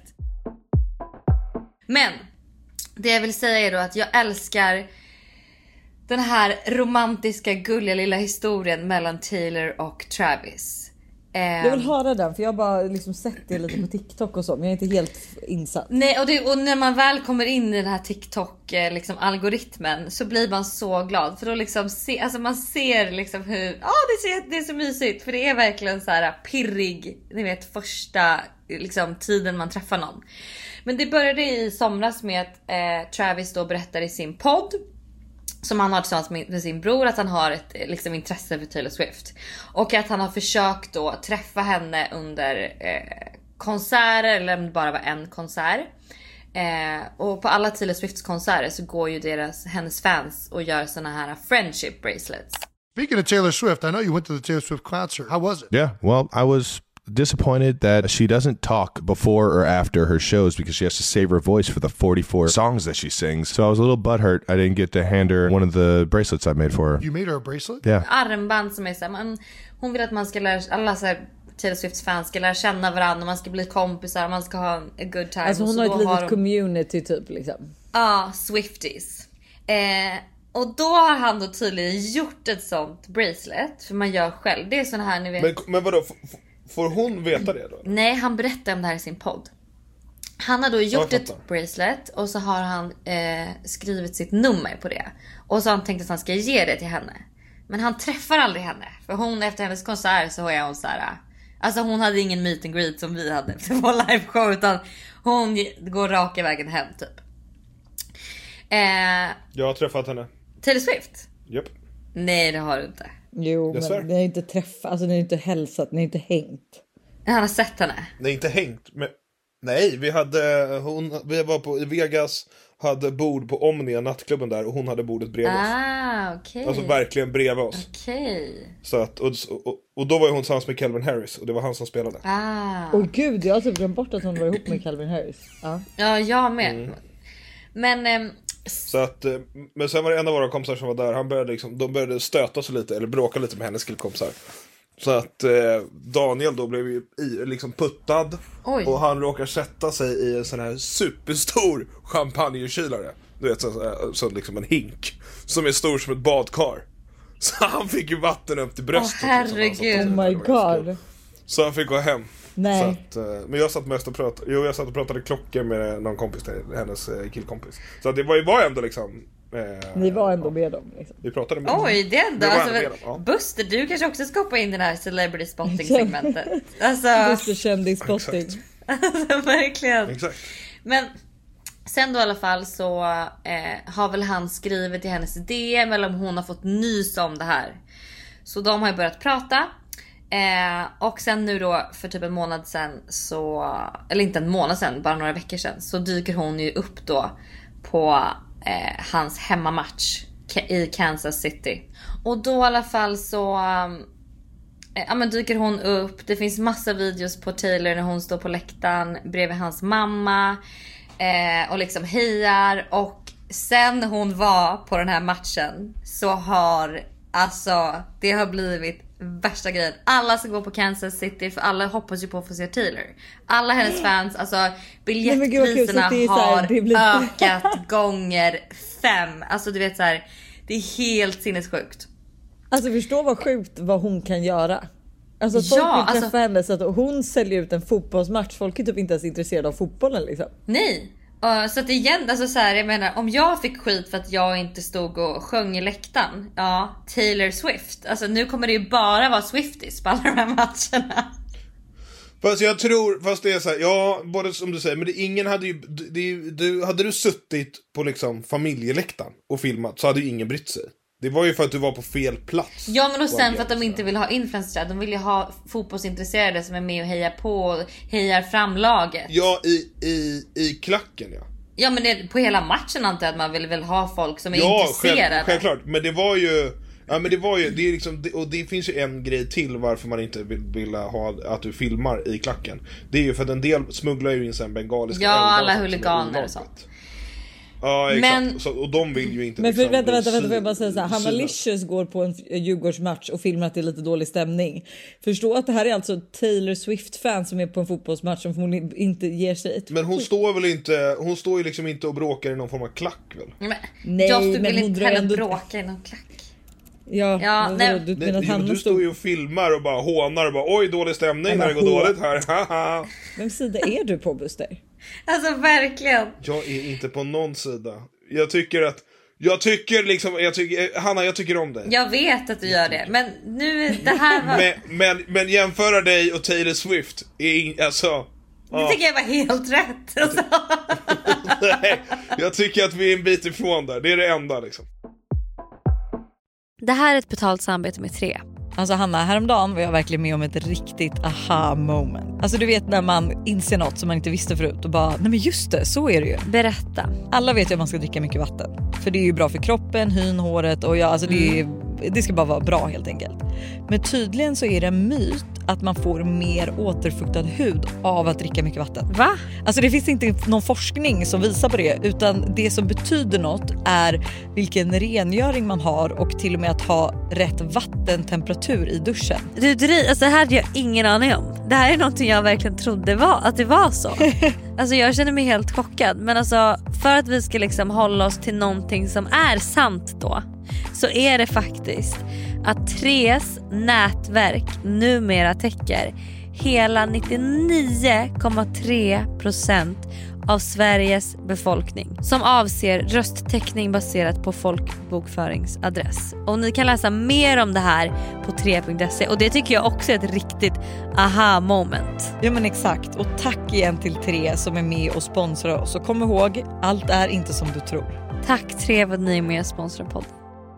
Men det jag vill säga är då att jag älskar den här romantiska gulliga lilla historien mellan Taylor och Travis. Jag vill höra den för jag har bara liksom sett det lite på TikTok och så, men jag är inte helt insatt. Nej, och, det, och när man väl kommer in i den här TikTok liksom algoritmen så blir man så glad för då liksom se, alltså man ser liksom hur ja det ser det är så mysigt för det är verkligen så här pirrig, ni vet första liksom tiden man träffar någon. Men det började i somras med att eh, Travis då berättar i sin podd som han har tillsammans med sin bror att han har ett liksom, intresse för Taylor Swift. Och att han har försökt då träffa henne under eh, konserter eller om det bara var en konsert. Eh, och på alla Taylor Swifts konserter så går ju deras, hennes fans och gör såna här friendship bracelets. Speaking of Taylor Swift, I know you went to the Taylor Swift concert. How was it? Yeah, well, I was disappointed that she doesn't talk before or after her shows because she has to save her voice for the forty-four songs that she sings. So I was a little butthurt I didn't get to hand her one of the bracelets I made for her. You made her a bracelet? Yeah. Armband som är så här, man, hon vill att man ska lära alla så här Taylor Swifts fans ska lära känna varandra och man ska bli kompisar, man ska ha en good time. Alltså hon och har ett litet har community typ liksom. Ja, ah, Swifties. Eh, och då har han då tydligen gjort ett sånt bracelet för man gör själv. Det är sån här ni vet. Men, men vadå? F- får hon veta det då? Nej, han berättar om det här i sin podd. Han har då gjort ett bracelet och så har han eh, skrivit sitt nummer på det. Och så har han tänkt att han ska ge det till henne. Men han träffar aldrig henne. För hon efter hennes konsert så är hon så här. Alltså hon hade ingen meet and greet som vi hade efter vår liveshow. Utan hon går raka vägen hem typ. Eh, Jag har träffat henne. Taylor Swift? Japp. Nej, det har du inte. Jo, men ni har inte träffat, alltså ni har inte hälsat, ni har inte hängt. Han har sett henne. Nej, inte hängt. Men... Nej, vi hade, hon, vi var på i Vegas, hade bord på Omnia, nattklubben där, och hon hade bordet bredvid oss. Ah, okej. Okay. Alltså verkligen bredvid oss. Okej. Okay. Så att, och, och, och då var hon tillsammans med Calvin Harris, och det var han som spelade. Ah. Åh gud, jag har typ glömt bort att hon var ihop med Calvin Harris. Ja, ja jag med. Mm. Men... Ähm... Så att, men sen var det en av våra kompisar som var där, han började liksom, de började stöta sig lite, eller bråka lite med hennes killkompisar. Så att eh, Daniel då blev ju i, liksom puttad. Oj. Och han råkar sätta sig i en sån här superstor champagnekylare. Du vet, så, så liksom en hink som är stor som ett badkar. Så han fick ju vatten upp till bröstet. Åh herregud. Liksom. Oh my god. Så han fick gå hem. Nej. Så att, men jag satt mest och pratade, jo, jag satt och pratade klockor med någon kompis där, hennes killkompis. Så att det var ju var ändå liksom eh, ni var ändå med dem liksom. Vi pratade med Oj, dem. det är ändå, vi alltså, ändå ja. Buster, du kanske också ska hoppa in i den här celebrity spotting segmentet. Alltså Buster kändis spotting. Alltså verkligen. Exakt. Men sen då i alla fall så eh, har väl han skrivit i hennes D M eller om hon har fått nys om det här. Så de har ju börjat prata. Eh, och sen nu då för typ en månad sen så, eller inte en månad sen, bara några veckor sen, så dyker hon ju upp då på eh, hans hemmamatch i Kansas City. Och då i alla fall så eh, ja, men dyker hon upp. Det finns massa videos på Taylor när hon står på läktaren bredvid hans mamma eh, och liksom hejar. Och sen hon var på den här matchen så har alltså det har blivit värsta grejen. Alla ska gå på Kansas City för alla hoppas ju på att få se Taylor. Alla hennes fans, alltså biljettpriserna Nej, gud, har det blir... ökat gånger fem. Alltså du vet så här, det är helt sinnessjukt. Alltså förstå vad sjukt vad hon kan göra. Alltså folk ja, vill träffa alltså... henne så att hon säljer ut en fotbollsmatch. Folk är typ inte ens intresserade av fotbollen liksom. Nej. Uh, så att igen, alltså så här, jag menar, om jag fick skit för att jag inte stod och sjöng i läktaren, ja, Taylor Swift. Alltså nu kommer det ju bara vara Swifties på alla de här matcherna. Fast jag tror, fast det är så här, ja, både som du säger, men det, ingen hade ju, det, du, hade du suttit på liksom familjeläktaren och filmat så hade ju ingen brytt sig. Det var ju för att du var på fel plats. Ja, men och sen för att de inte vill ha influencers. De vill ju ha fotbollsintresserade som är med och hejar på och hejar fram laget. Ja, i, i, i klacken, ja. Ja, men det, på hela matchen antar jag att man vill väl ha folk som är ja, intresserade. Ja, själv, självklart. Men det var ju... Ja, men det var ju... Det är liksom, och det finns ju en grej till varför man inte vill, vill ha att du filmar i klacken. Det är ju för att en del smugglar ju in sen bengaliska... Ja, alla huliganer och sånt. Ja, exakt. Men, så, och de vill ju inte... Men för, liksom, vänta, vänta, vänta, får jag bara säga så här. Hanna Licious går på en Djurgårdsmatch och filmar att det är lite dålig stämning. Förstå att det här är alltså Taylor Swift-fan som är på en fotbollsmatch som hon inte ger sig ett... Men hon står väl inte... Hon står ju liksom inte och bråkar i någon form av klack, väl? Men, nej, jag vill men inte heller ändå... bråka i någon klack. Ja, ja men, nej. Du, nej, att du, du står ju och filmar och bara hånar och bara oj, dålig stämning när det går hår. dåligt här. Vem sida är du på, Buster? Alltså verkligen. Jag är inte på någon sida. Jag tycker att jag tycker liksom jag tycker Hanna, jag tycker om dig. Jag vet att du gör det, men nu det här var... men, men men jämföra dig och Taylor Swift är alltså det ja. tycker jag var helt rätt. Alltså. Nej, jag tycker att vi är en bit ifrån där. Det är det enda liksom. Det här är ett betalt samarbete med Tre. Alltså Hanna, häromdagen var jag verkligen med om ett riktigt aha moment. Alltså du vet när man inser något som man inte visste förut och bara, nej men just det, så är det ju. Berätta. Alla vet ju att man ska dricka mycket vatten. För det är ju bra för kroppen, hyn, håret och ja, alltså det, är, det ska bara vara bra helt enkelt. Men tydligen så är det en myt att man får mer återfuktad hud av att dricka mycket vatten. Va? Alltså det finns inte någon forskning som visar på det, utan det som betyder något är vilken rengöring man har och till och med att ha rätt vattentemperatur i duschen. Du, du alltså det här hade jag ingen aning om. Det här är någonting jag verkligen trodde var, att det var så. Alltså jag känner mig helt chockad. Men alltså för att vi ska liksom hålla oss till någonting som är sant då, så är det faktiskt att Tres nätverk numera täcker hela nittionio komma tre procent av Sveriges befolkning, som avser rösttäckning baserat på folkbokföringsadress. Och ni kan läsa mer om det här på tre punkt se, och det tycker jag också är ett riktigt aha moment. Ja men exakt, och tack igen till Tre som är med och sponsrar oss. Och kom ihåg, allt är inte som du tror. Tack Tre för att ni är med och sponsrar podden.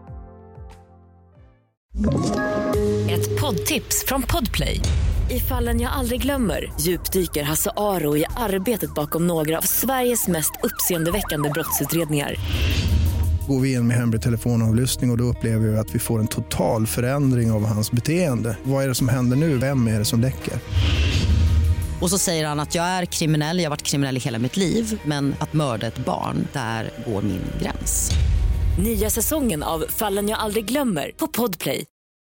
Ett poddtips från Podplay. I Fallen jag aldrig glömmer djupdyker Hasse Aro i arbetet bakom några av Sveriges mest uppseendeväckande brottsutredningar. Går vi in med hemlig telefonavlyssning och, och då upplever vi att vi får en total förändring av hans beteende. Vad är det som händer nu? Vem är det som läcker? Och så säger han att jag är kriminell, jag har varit kriminell i hela mitt liv. Men att mörda ett barn, där går min gräns. Nya säsongen av Fallen jag aldrig glömmer på Podplay.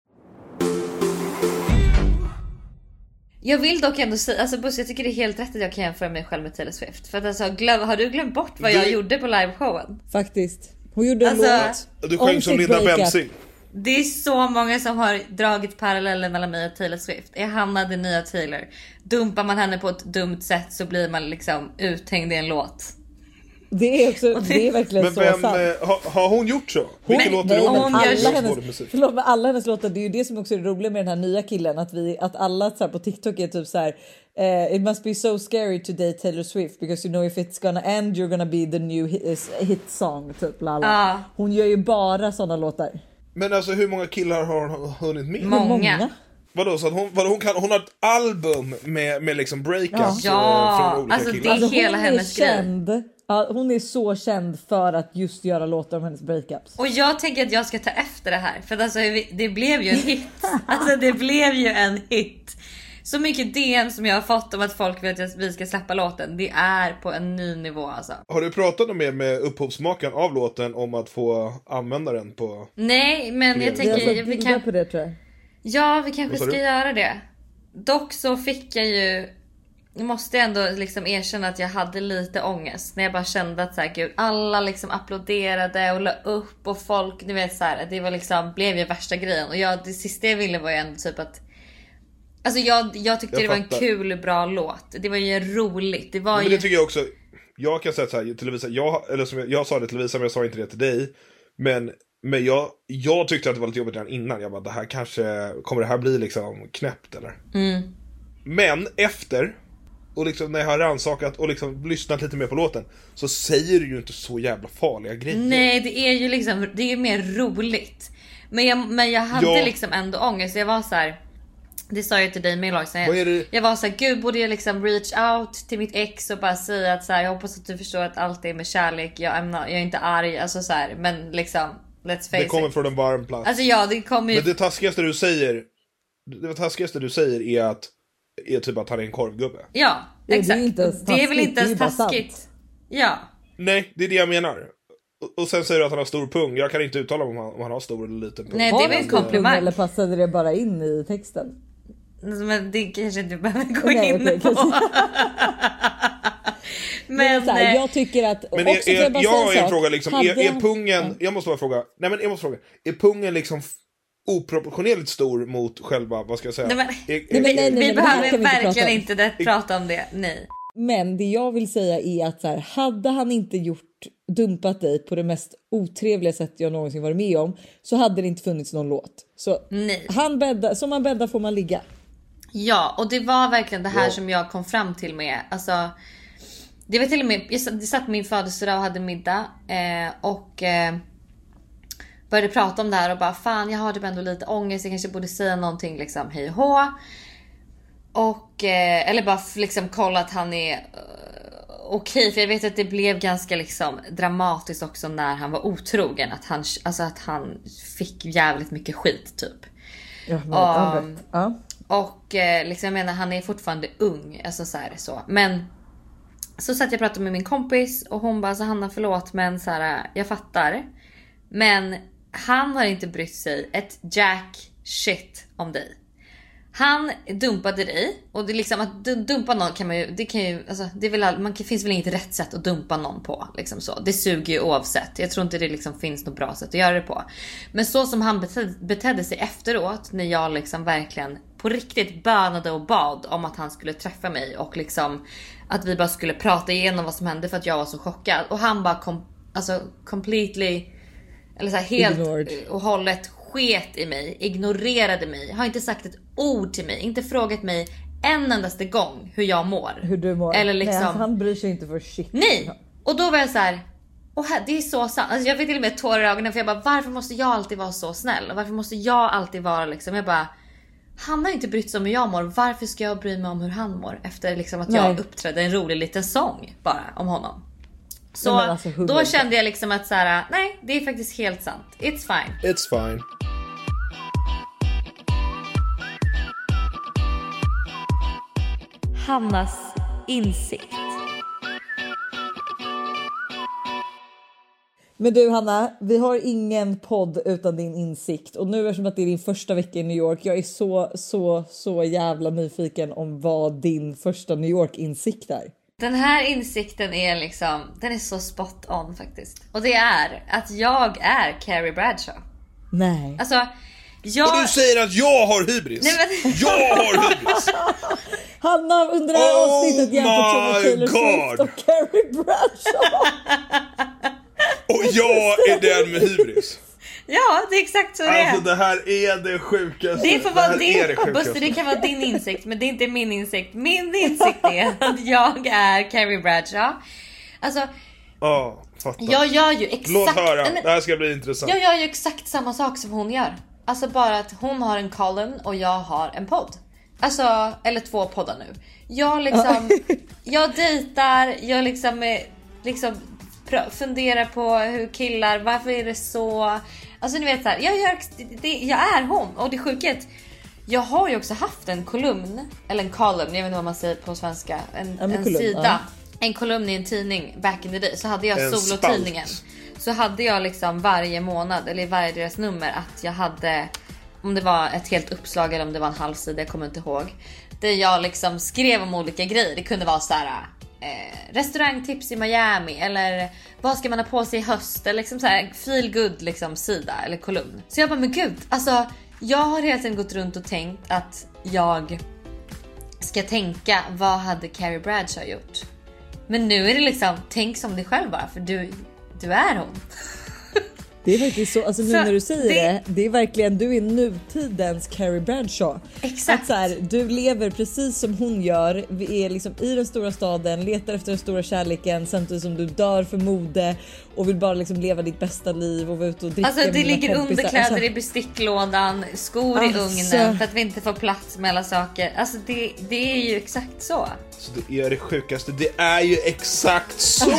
Jag vill dock ändå säga, alltså Buss, jag tycker det är helt rätt att jag kan jämföra mig själv med Taylor Swift. För att alltså, glöm, har du glömt bort vad jag du... gjorde på liveshowen? Faktiskt. Hon gjorde en alltså, låt. Du sjöng som Linda Bensing. Det är så många som har dragit paralleller mellan mig och Taylor Swift. Är Hanna den nya Taylor? Dumpar man henne på ett dumt sätt så blir man liksom uthängd i en låt. Det är också, det är verkligen men så vem, sant. Har, har hon gjort så? Vilken låt är det? Hon alla hennes, förlåt, men alla hennes låtar, det är ju det som också är roligt med den här nya killen, att vi att alla så här, på TikTok är typ så här, uh, it must be so scary to date Taylor Swift because you know if it's gonna end you're gonna be the new hit, hit song typ lala. Ah. Hon gör ju bara såna låtar. Men alltså hur många killar har hon hunnit med? Många. Många. Vadå, så att hon, vadå, hon, kan, hon har ett album med, med liksom breakups ja. från olika alltså, killar. Det är hela hon hennes är känd, grej. Ja, hon är så känd för att just göra låtar om hennes breakups. Och jag tänker att jag ska ta efter det här. För att alltså, det blev ju en hit. Alltså det blev ju en hit. Så mycket D M som jag har fått om att folk vet att vi ska släppa låten. Det är på en ny nivå alltså. Har du pratat med, med upphovsmakaren av låten om att få använda den på... Nej, men jag tänker... Jag vi kan... på det, tror jag. Ja, vi kanske ska göra det. Dock så fick jag ju... Jag måste ändå liksom erkänna att jag hade lite ångest. När jag bara kände att så här, gud, alla liksom applåderade och la upp. Och folk, ni vet så här, det var liksom, blev ju värsta grejen. Och jag, det sista jag ville var ju ändå typ att... Alltså jag, jag tyckte jag det fattar. var en kul, bra låt. Det var ju roligt. Det var men ju... det tycker jag också. Jag kan säga så här till Lovisa, jag, eller som jag, jag sa det till Lovisa, men jag sa inte det till dig. Men, men jag, jag tyckte att det var lite jobbigt redan innan. Jag bara, det här kanske, kommer det här bli liksom knäppt eller? Mm. Men efter, och liksom när jag har rannsakat och liksom lyssnat lite mer på låten, så säger du ju inte så jävla farliga grejer. Nej, det är ju liksom, det är ju mer roligt. Men jag, men jag hade ja. liksom ändå ångest. Jag var så här. Det sa jag till dig med också. Jag, jag var så här, gud, borde jag liksom reach out till mitt ex och bara säga att så här, jag hoppas att du förstår att allt är med kärlek. Jag är, jag är inte arg, alltså så här, men liksom, let's face it. Det kommer it. från en varm plats. Alltså ja, det kommer ju... Men det taskigaste du säger, det taskigaste du säger är att, är typ att han är en korvgubbe. Ja, exakt. Det är, inte ens det är väl inte ens taskigt. Ja. Nej, det är det jag menar. Och sen säger du att han har stor pung. Jag kan inte uttala om han, om han har stor eller liten pung. Nej, det är väl en komplimang. Eller passade det bara in i texten? Men det kanske inte behöver gå Nej, in okay, på. Men så här, jag tycker att men är, också är, jag, jag har en sak, fråga liksom, är, är pungen ja. jag måste bara fråga. Nej men jag måste fråga. Är pungen liksom oproportionerligt stor mot själva, vad ska jag säga? Nej, men, är, nej, är, nej, nej, vi nej, behöver verkligen inte, inte det, prata om det. Nej. Men det jag vill säga är att så här, hade han inte gjort dumpat dig på det mest otrevliga sätt jag någonsin varit med om, så hade det inte funnits någon låt. Så nej. Han bäddar, som man bäddar får man ligga. Ja, och det var verkligen det här ja. som jag kom fram till med. Alltså, det var till och med, jag satt min födelsedag och hade middag eh, och eh, började prata om det här och bara, fan, jag har typ ändå lite ångest, jag kanske borde säga någonting liksom hej och hå. Och eh, eller bara liksom kolla att han är uh, okej, okay, för jag vet att det blev ganska liksom dramatiskt också när han var otrogen, att han, alltså att han fick jävligt mycket skit typ. Ja, men, och, ja. och eh, liksom jag menar, han är fortfarande ung, alltså så här, så. Men så satt jag och pratade med min kompis och hon bara, så Hanna, förlåt, men så här, jag fattar. Men han har inte brytt sig ett jack shit om dig. Han dumpade dig, och det är liksom att dumpa någon kan man ju, det kan ju, alltså det är väl, man kan, finns väl inget rätt sätt att dumpa någon på liksom så. Det suger ju oavsett. Jag tror inte det liksom finns något bra sätt att göra det på. Men så som han betedde, betedde sig efteråt, när jag liksom verkligen på riktigt bönade och bad om att han skulle träffa mig och liksom att vi bara skulle prata igenom vad som hände, för att jag var så chockad, och han bara kom, alltså completely, eller så här, helt Ignored. och hållet sket i mig, ignorerade mig, har inte sagt ett ord till mig, inte frågat mig en endaste gång hur jag mår. Hur du mår. Eller liksom... Nej, alltså, han bryr sig inte för shit. Nej, och då var jag så här, och här, det är så sant. Alltså, jag fick till och med tårar i ögonen, för jag bara, varför måste jag alltid vara så snäll? Och varför måste jag alltid vara liksom, jag bara, han har inte brytt sig om hur jag mår, varför ska jag bry mig om hur han mår? Efter liksom att Nej. jag uppträdde en rolig liten sång bara om honom. Så nej, alltså, då kände jag liksom att så här, nej, det är faktiskt helt sant. It's fine. It's fine. Hannas insikt. Men du Hanna, vi har ingen podd utan din insikt. Och nu eftersom att det är din första vecka i New York, jag är så, så, så jävla nyfiken om vad din första New York-insikt är. Den här insikten är liksom, den är så spot on faktiskt. Och det är att jag är Carrie Bradshaw. Nej. Alltså, jag... Och du säger att jag har hybris. Nej, men... Jag har hybris. Hanna under det här oh avsnittet jämfört med Taylor Swift och Carrie Bradshaw. Och jag är den med hybris. Ja, det är exakt så det är. Alltså det här är det sjukaste. Det får vara det din, det, Buster, det kan vara din insikt, men det är inte min insikt. Min insikt är att jag är Carrie Bradshaw. Alltså, oh, fattar. Jag gör ju exakt... Låt höra, det här ska bli intressant. Jag gör ju exakt samma sak som hon gör. Alltså bara att hon har en column och jag har en podd. Alltså, eller två poddar nu. Jag liksom, jag dejtar, jag liksom, liksom funderar på hur killar, varför är det så? Alltså ni vet så här, jag, gör, det, jag är hon. Och det är sjukt. jag har ju också haft en kolumn, eller en column, jag vet inte vad man säger på svenska, en, en, en kolumn, sida, ja. En kolumn i en tidning back in the day. Så hade jag en solotidningen. spalt. Så hade jag liksom varje månad, eller i varje deras nummer, att jag hade, om det var ett helt uppslag eller om det var en halv sida, jag kommer inte ihåg, där jag liksom skrev om olika grejer. Det kunde vara så här eh, restaurangtips i Miami, eller vad ska man ha på sig i höst, eller liksom så här feel good liksom sida eller kolumn. Så jag bara, men gud, alltså jag har hela tiden gått runt och tänkt att jag ska tänka, vad hade Carrie Bradshaw gjort? Men nu är det liksom, tänk som dig själv bara, för du, du är hon. Det är faktiskt så, alltså nu Så när du säger det, det, det är verkligen, du är nutidens Carrie Bradshaw. Exakt. Att så här, du lever precis som hon gör, vi är liksom i den stora staden, letar efter den stora kärleken samtidigt som du dör för mode och vill bara liksom leva ditt bästa liv och vara ute och dricka. Alltså det ligger kompisar. underkläder alltså, i besticklådan, skor alltså. i ugnen för att vi inte får plats med alla saker. Alltså det, det är ju exakt så. Så det är det sjukaste, det är ju exakt så!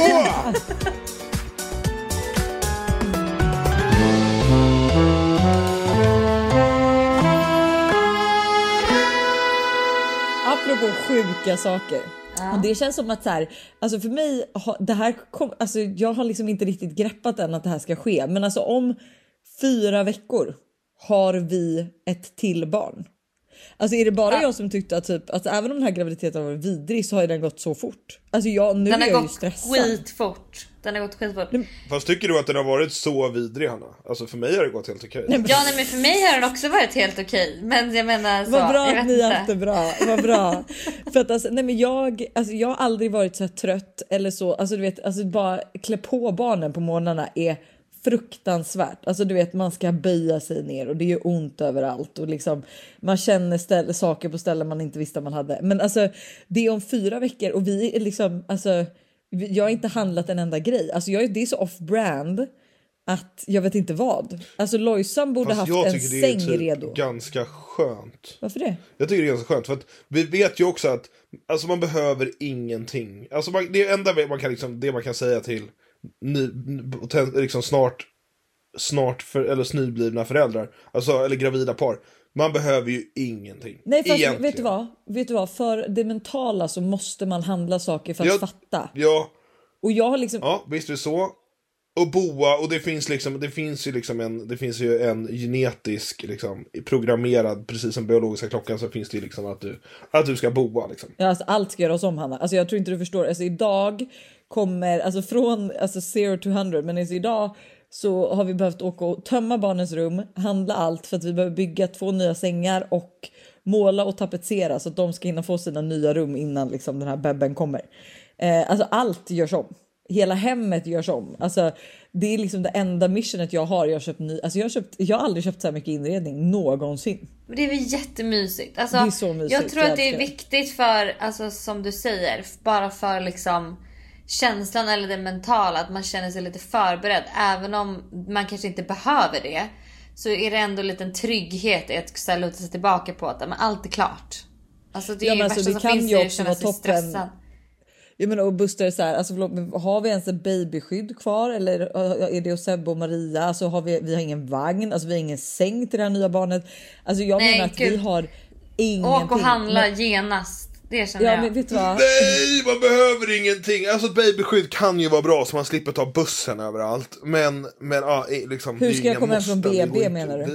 Apropå sjuka saker. Ja. Och det känns som att så här, alltså för mig, det här kom, alltså jag har liksom inte riktigt greppat än att det här ska ske. Men alltså om fyra veckor har vi ett till barn. Alltså är det bara ja. jag som tyckte att typ, alltså även om den här graviditeten var vidrig så har den gått så fort. Alltså jag, nu den är har jag gått ju stressad. skitfort. Den har gått skitfort. Fast tycker du att den har varit så vidrig, Hanna? Alltså för mig har det gått helt okej. Nej, men... Ja, nej, men för mig har den också varit helt okej. Men jag menar så, vad bra jag att ni har haft det bra. Vad bra. För att alltså, nej men jag, alltså jag har aldrig varit så här trött eller så. Alltså du vet, alltså bara klä på barnen på morgnarna är fruktansvärt. Alltså du vet, man ska böja sig ner och det gör ont överallt och liksom man känner ställ, saker på ställen man inte visste man hade. Men alltså det är om fyra veckor och vi är liksom, alltså jag har inte handlat en enda grej. Alltså jag, det är så off-brand att jag vet inte vad. Alltså Lojsan borde Fast haft en säng det är typ redo. Ganska skönt. Varför det? Jag tycker det är ganska skönt för att vi vet ju också att alltså man behöver ingenting. Alltså man, det enda man kan liksom, det man kan säga till ny, liksom snart snart för, eller nyblivna föräldrar, alltså eller gravida par, man behöver ju ingenting. Nej, fast vet du vad? Vet du vad? För det mentala så måste man handla saker för att ja, fatta. Ja. Och jag har liksom ja, visst är det så. Och boa, och det finns liksom det finns ju liksom en det finns ju en genetisk liksom programmerad, precis som biologiska klockan, så finns det ju liksom att du att du ska boa liksom. Ja, alltså allt ska göras om, Hanna. Alltså jag tror inte du förstår. Alltså idag kommer alltså från alltså zero to hundred, men alltså idag så har vi behövt åka och tömma barnens rum, handla allt för att vi behöver bygga två nya sängar och måla och tapetsera så att de ska hinna få sina nya rum innan liksom den här bebben kommer. Eh, alltså allt görs om. Hela hemmet görs om. Alltså det är liksom det enda missionet jag har. Jag har köpt ny, alltså jag har köpt, jag har aldrig köpt så här mycket inredning någonsin. Men det är väl jättemysigt. Alltså, det är så mysigt. Jag tror att det är viktigt för, alltså som du säger, bara för liksom känslan eller det mentala, att man känner sig lite förberedd. Även om man kanske inte behöver det, så är det ändå en liten trygghet i att ställa sig tillbaka på att men allt är klart. Alltså det är ja, ju värsta som finns ju att känna sig stressad. Jag menar, och Buster så här, alltså förlåt, har vi ens en babyskydd kvar eller är det hos Sebbe och Maria? Alltså har vi, vi har ingen vagn, alltså vi har ingen säng till det här nya barnet. Alltså jag Nej, menar att gud. vi har ingenting. Åk och handla men... genast. Det känner ja, jag. Men vet du vad? Nej, man behöver ingenting. Alltså ett babyskydd kan ju vara bra så man slipper ta bussen överallt. Men, men ja, liksom. Hur ska jag komma hem från B B menar du? Vi...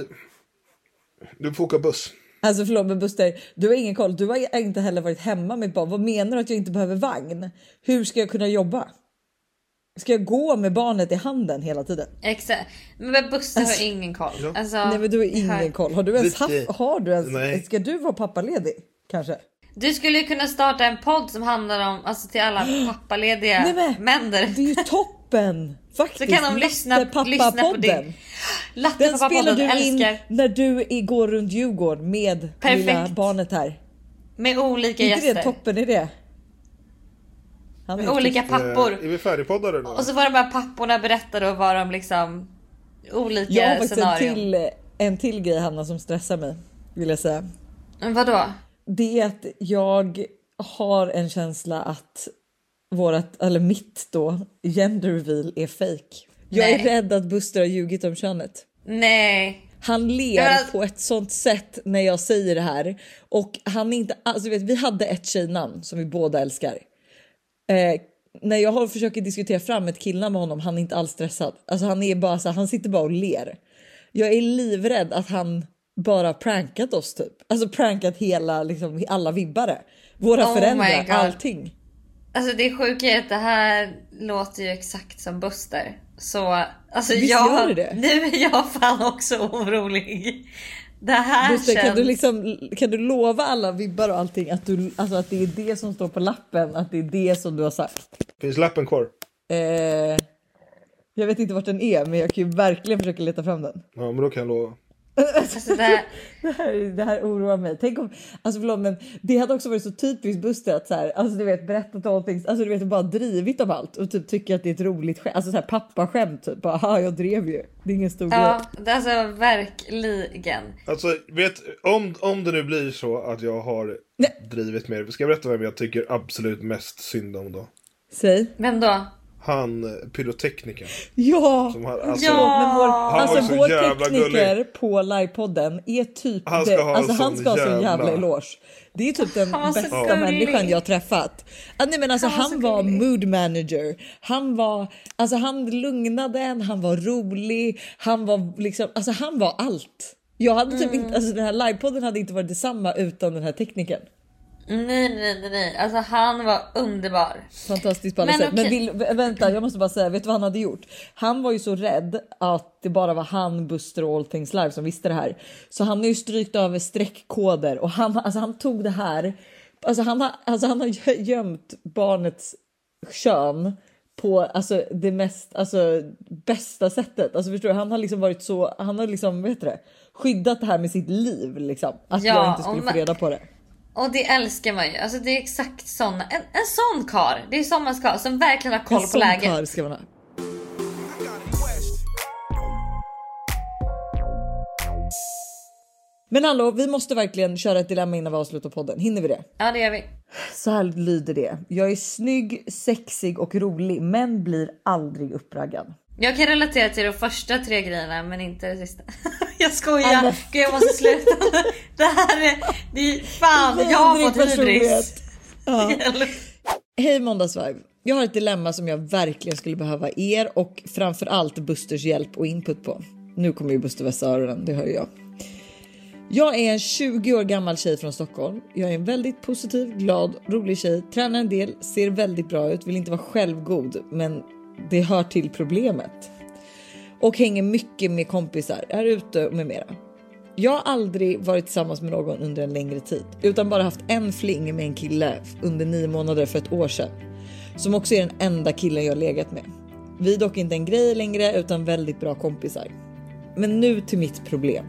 Du får åka buss. Alltså förlåt, men Buster, du har ingen koll. Du har inte heller varit hemma med barn. Vad menar du att jag inte behöver vagn? Hur ska jag kunna jobba? Ska jag gå med barnet i handen hela tiden? Exakt. Men Buster alltså, har ingen koll. Ja. Alltså, nej, men du har ingen har... koll. Har du ens haft, har du ens, nej. Ska du vara pappaledig? Kanske. Du skulle ju kunna starta en podd som handlar om, alltså till alla pappalediga nej, men, män där. Det är ju toppen. Faktiskt. Så kan de lyssna, lyssna på din. Latte den spelar du älskar. in när du går runt Djurgården med perfekt. Lilla barnet här. Med olika inte gäster. Det toppen är det. Han med olika pappor. Är vi färdigpoddade nu? Och så var det bara papporna berättade och var de liksom olika jag har faktiskt scenarion. En till, en till grej, Hanna, som stressar mig, vill jag säga. Men vadå? Det är att jag har en känsla att vårat, eller mitt då, gender reveal är fake. Jag Nej. är rädd att Buster har ljugit om könet. Nej. Han ler Ja. på ett sånt sätt när jag säger det här. Och han är inte, alltså vet, vi hade ett tjejnamn som vi båda älskar. Eh, när jag har försökt diskutera fram ett killnamn med honom, han är inte alls stressad. Alltså han är bara så, han sitter bara och ler. Jag är livrädd att han bara prankat oss typ. Alltså prankat hela, liksom alla vibbare. Våra Oh my föräldrar, God. allting. Alltså det sjuka är att det här låter ju exakt som Buster. Så alltså Visst jag, gör det det? nu är jag fan också orolig. Det här Buster, känns... kan du liksom, kan du lova alla vibbar och allting att, du, alltså att det är det som står på lappen, att det är det som du har sagt? Finns lappen kvar? Eh, jag vet inte vart den är, men jag kan ju verkligen försöka leta fram den. Ja, men då kan jag lova. Alltså det, här... det, här, det här oroar mig. Tänk om, alltså förlåt, men det hade också varit så typiskt Buster att så här, alltså du vet, berättat allting, alltså du vet, bara drivit om allt och typ tycker att det är ett roligt skämt, alltså så här pappaskämt typ, bara, aha, jag drev ju, det är ingen stor Ja, grej. det är alltså verkligen. Alltså, vet, om, om det nu blir så att jag har Nej. drivit med det, ska jag berätta vem jag tycker absolut mest synd om då? Säg. Vem då? Han, eh, pyroteknikern. Ja, Som har, alltså, ja, men vår, han alltså var så vår jävla tekniker gullig. på livepodden är typ Han ska det, ha alltså en han sån ska ha så jävla jävla eloge. Det är typ den Han var så bästa gullig. människan jag träffat. Ah, nej, men alltså Han han, var var, så gullig. mood manager. Han var, alltså han lugnade en, han var rolig, han var liksom, alltså han var allt. Jag hade typ Mm. inte, alltså den här livepodden hade inte varit detsamma utan den här tekniken. Nej, nej, nej, nej. Alltså han var underbar. Fantastiskt på alla Men sätt. Men okej. vill, vä- vänta, jag måste bara säga, vet du vad han hade gjort? Han var ju så rädd att det bara var han, Buster och All Things Live som visste det här. Så han har ju strykt över streckkoder och han, alltså han tog det här, alltså han har, alltså han har gö- gömt barnets kön på alltså det mest, alltså bästa sättet. Alltså förstår du, han har liksom varit så, han har liksom, vet du det, skyddat det här med sitt liv liksom. Att Ja, jag inte skulle och få ma- reda på det. Och det älskar man ju. Alltså det är exakt såna. En, en sån karl. Det är sån man ska ha, som verkligen har koll En på sån läget. karl ska man ha. Men hallå, vi måste verkligen köra ett dilemma innan vi avslutar podden. Hinner vi det? Ja, det gör vi. Så här lyder det. Jag är snygg, sexig och rolig, men blir aldrig uppraggad. Jag kan relatera till de första tre grejerna, men inte det sista. Jag Nej, skojar. men- Gud, jag måste sluta. Det här är... Det är fan, jag har Vidrig fått hybris. personlighet. Ja. Hej Måndagsvibe. Jag har ett dilemma som jag verkligen skulle behöva er och framförallt Busters hjälp och input på. Nu kommer ju Buster vässa öronen, det hör ju jag. Jag är en tjugo år gammal tjej från Stockholm. Jag är en väldigt positiv, glad, rolig tjej. Tränar en del, ser väldigt bra ut, vill inte vara självgod, men det hör till problemet. Och hänger mycket med kompisar, är ute och med mera. Jag har aldrig varit tillsammans med någon under en längre tid, utan bara haft en fling med en kille under nio månader för ett år sedan. Som också är den enda killen jag har legat med. Vi är dock inte en grej längre, utan väldigt bra kompisar. Men nu till mitt problem.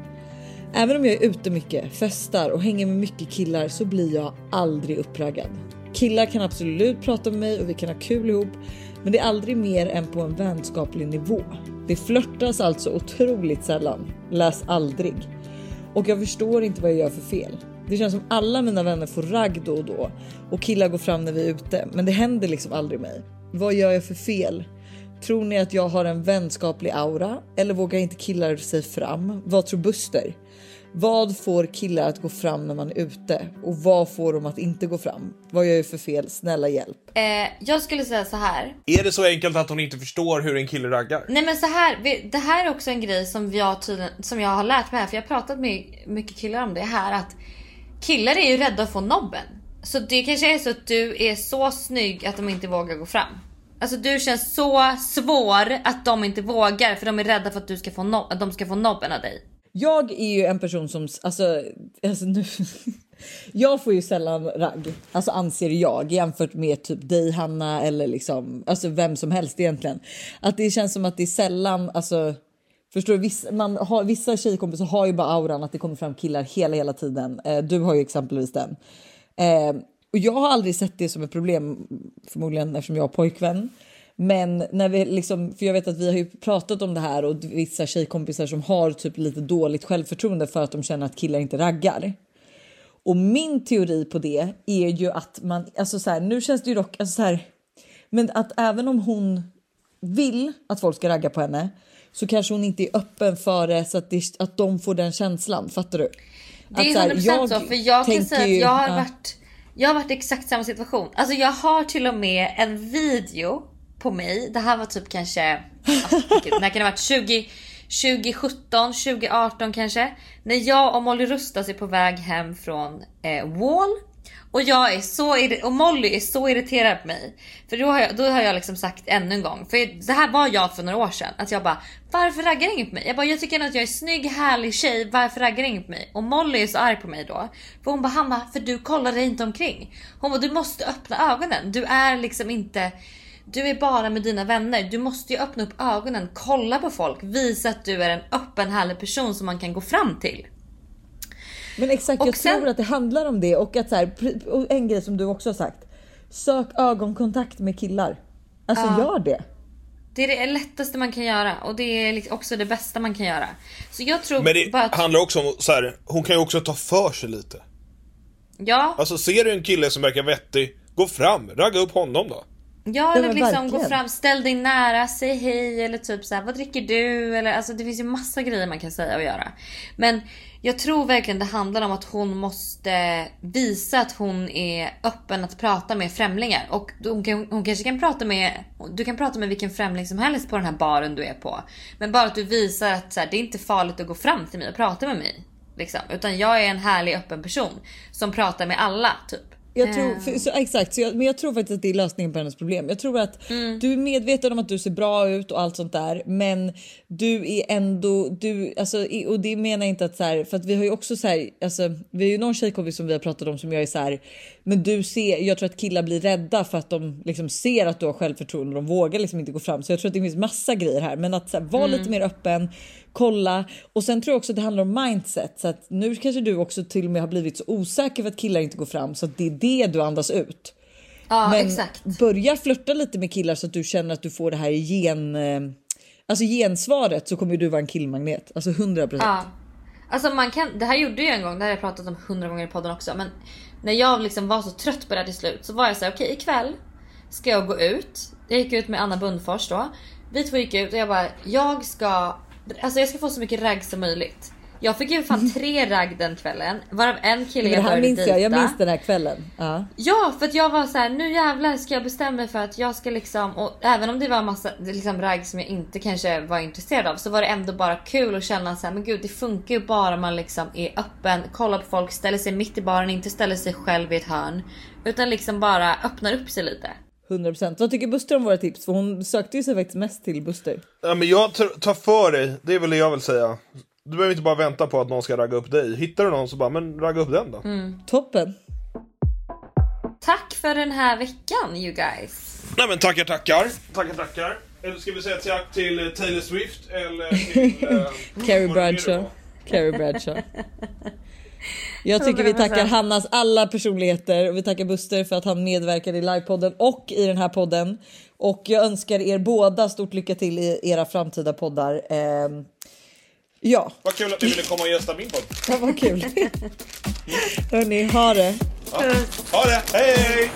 Även om jag är ute mycket, festar och hänger med mycket killar, så blir jag aldrig uppraggad. Killar kan absolut prata med mig och vi kan ha kul ihop, men det är aldrig mer än på en vänskaplig nivå. Det flörtas alltså otroligt sällan. Läs aldrig. Och jag förstår inte vad jag gör för fel. Det känns som alla mina vänner får ragg då och då. Och killar går fram när vi är ute. Men det händer liksom aldrig mig. Vad gör jag för fel? Tror ni att jag har en vänskaplig aura? Eller vågar inte killar sig fram? Vad tror Buster? Vad får killar att gå fram när man är ute? Och vad får de att inte gå fram? Vad gör jag för fel? Snälla hjälp. Eh, jag skulle säga så här. Är det så enkelt att hon inte förstår hur en kille raggar? Nej, men så här, vi- det här är också en grej som jag tydligen, som jag har lärt mig här, för jag har pratat med mycket killar om det här, att killar är ju rädda att få nobben. Så det kanske är så att du är så snygg att de inte vågar gå fram. Alltså du känns så svår att de inte vågar, för de är rädda för att du ska få no- att de ska få nobben av dig. Jag är ju en person som, alltså, alltså nu, jag får ju sällan ragg, alltså anser jag, jämfört med typ dig Hanna eller liksom, alltså vem som helst egentligen. Att det känns som att det är sällan, alltså, förstår du, vissa, man har, vissa tjejkompisar har ju bara auran att det kommer fram killar hela hela tiden. Eh, du har ju exempelvis den. Eh, och jag har aldrig sett det som ett problem, förmodligen eftersom jag har pojkvän. Men när vi liksom, för jag vet att vi har ju pratat om det här och vissa tjejkompisar som har typ lite dåligt självförtroende för att de känner att killar inte raggar. Och min teori på det är ju att man, alltså så här, nu känns det ju dock, alltså så här, men att även om hon vill att folk ska ragga på henne, så kanske hon inte är öppen för det så att, det, att de får den känslan, fattar du? Det är hundra procent så, för jag kan säga att jag har ja. varit jag har varit i exakt samma situation. Alltså jag har till och med en video på mig. Det här var typ kanske när kan det ha varit tjugo, tjugo sjutton, tjugo arton kanske, när jag och Molly Rustas är på väg hem från eh, Wall. Och jag är så och Molly är så irriterad på mig. För då har jag, då har jag liksom sagt ännu en gång. För det här var jag för några år sedan. Att jag bara, varför raggar ingen på mig? Jag bara, jag tycker att jag är snygg, härlig tjej. Varför raggar ingen på mig? Och Molly är så arg på mig då. För hon bara, Hanna, för du kollar dig inte omkring. Hon bara, du måste öppna ögonen. Du är liksom inte... Du är bara med dina vänner. Du måste ju öppna upp ögonen. Kolla på folk. Visa att du är en öppen, härlig person som man kan gå fram till. Men exakt, och jag sen, tror att det handlar om det. Och att så här, och en grej som du också har sagt. Sök ögonkontakt med killar. Alltså ja, gör det. Det är det lättaste man kan göra. Och det är också det bästa man kan göra. Så jag tror Men det bara att... handlar också om så här, hon kan ju också ta för sig lite. Ja. Alltså ser du en kille som verkar vettig, gå fram, ragga upp honom då. Ja, eller liksom gå fram, ställ dig nära, säg hej, eller typ så här, vad dricker du? Eller alltså det finns ju massa grejer man kan säga och göra. Men jag tror verkligen det handlar om att hon måste visa att hon är öppen att prata med främlingar. Och hon, kan, hon kanske kan prata med, du kan prata med vilken främling som helst på den här baren du är på. Men bara att du visar att så här, det är inte farligt att gå fram till mig och prata med mig. Liksom. Utan jag är en härlig öppen person som pratar med alla typ. Jag tror, för, så, exakt, så jag, men jag tror faktiskt att det är lösningen på hennes problem. Jag tror att mm. du är medveten om att du ser bra ut och allt sånt där, men du är ändå, du, alltså, och det menar inte att så här, för att vi har ju också så här, alltså, vi har ju någon tjejkompis som vi har pratat om som jag är så här, men du ser, jag tror att killar blir rädda för att de liksom ser att du har självförtroende och de vågar liksom inte gå fram. Så jag tror att det finns massa grejer här, men att så här, vara mm. lite mer öppen, kolla. Och sen tror jag också att det handlar om mindset. Så att nu kanske du också till och med har blivit så osäker för att killar inte går fram. Så att det är det du andas ut. Ja, men exakt. Börja flirta lite med killar så att du känner att du får det här gen... Alltså gensvaret, så kommer du vara en killmagnet. Alltså hundra procent. Ja. Alltså man kan... Det här gjorde jag en gång. Det här har jag pratat om hundra gånger i podden också. Men när jag liksom var så trött på det här till slut, så var jag så här, okej, okay, ikväll ska jag gå ut. Jag gick ut med Anna Bundfors då. Vi två gick ut och jag bara, jag ska... Alltså jag ska få så mycket ragg som möjligt. Jag fick ju fan tre ragg den kvällen, varav en kille jag började minns dejta. jag, jag minns den här kvällen. Ja, ja, för att jag var så här, nu jävlar ska jag bestämma mig för att jag ska liksom, och även om det var massa liksom ragg som jag inte kanske var intresserad av, så var det ändå bara kul att känna så här, men gud, det funkar ju bara man liksom är öppen, kollar på folk, ställer sig mitt i baren, inte ställer sig själv i ett hörn, utan liksom bara öppnar upp sig lite. hundra procent. Vad tycker Buster om våra tips? För hon sökte ju sig faktiskt mest till Buster. Ja, men jag tar för dig. Det är väl det jag vill säga. Du behöver inte bara vänta på att någon ska ragga upp dig. Hittar du någon så bara, men ragga upp den då. Mm. Toppen. Tack för den här veckan, you guys. Nej men tackar, tackar. Tackar, tackar. Eller ska vi säga tack till Taylor Swift eller till... Uh, Carrie Bradshaw. Carrie Bradshaw. Jag tycker vi tackar Hannas alla personligheter och vi tackar Buster för att han medverkade i livepodden och i den här podden. Och jag önskar er båda stort lycka till i era framtida poddar. Eh, ja. Vad kul att du ville komma och gästa min podd. Ja, vad kul. Hörrni, ha det. Ja. Ha det, hej hej!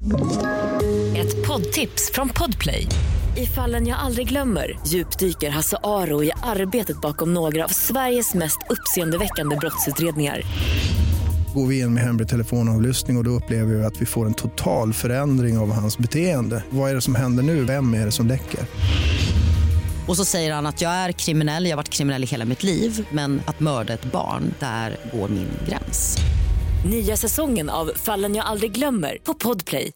Ett poddtips från Podplay. I Fallen jag aldrig glömmer djupdyker Hasse Aro i arbetet bakom några av Sveriges mest uppseendeväckande brottsutredningar. Går vi in med hemlig telefonavlyssning och, och då upplever vi att vi får en total förändring av hans beteende. Vad är det som händer nu? Vem är det som läcker? Och så säger han att jag är kriminell, jag har varit kriminell i hela mitt liv. Men att mörda ett barn, där går min gräns. Nya säsongen av Fallen jag aldrig glömmer på Podplay.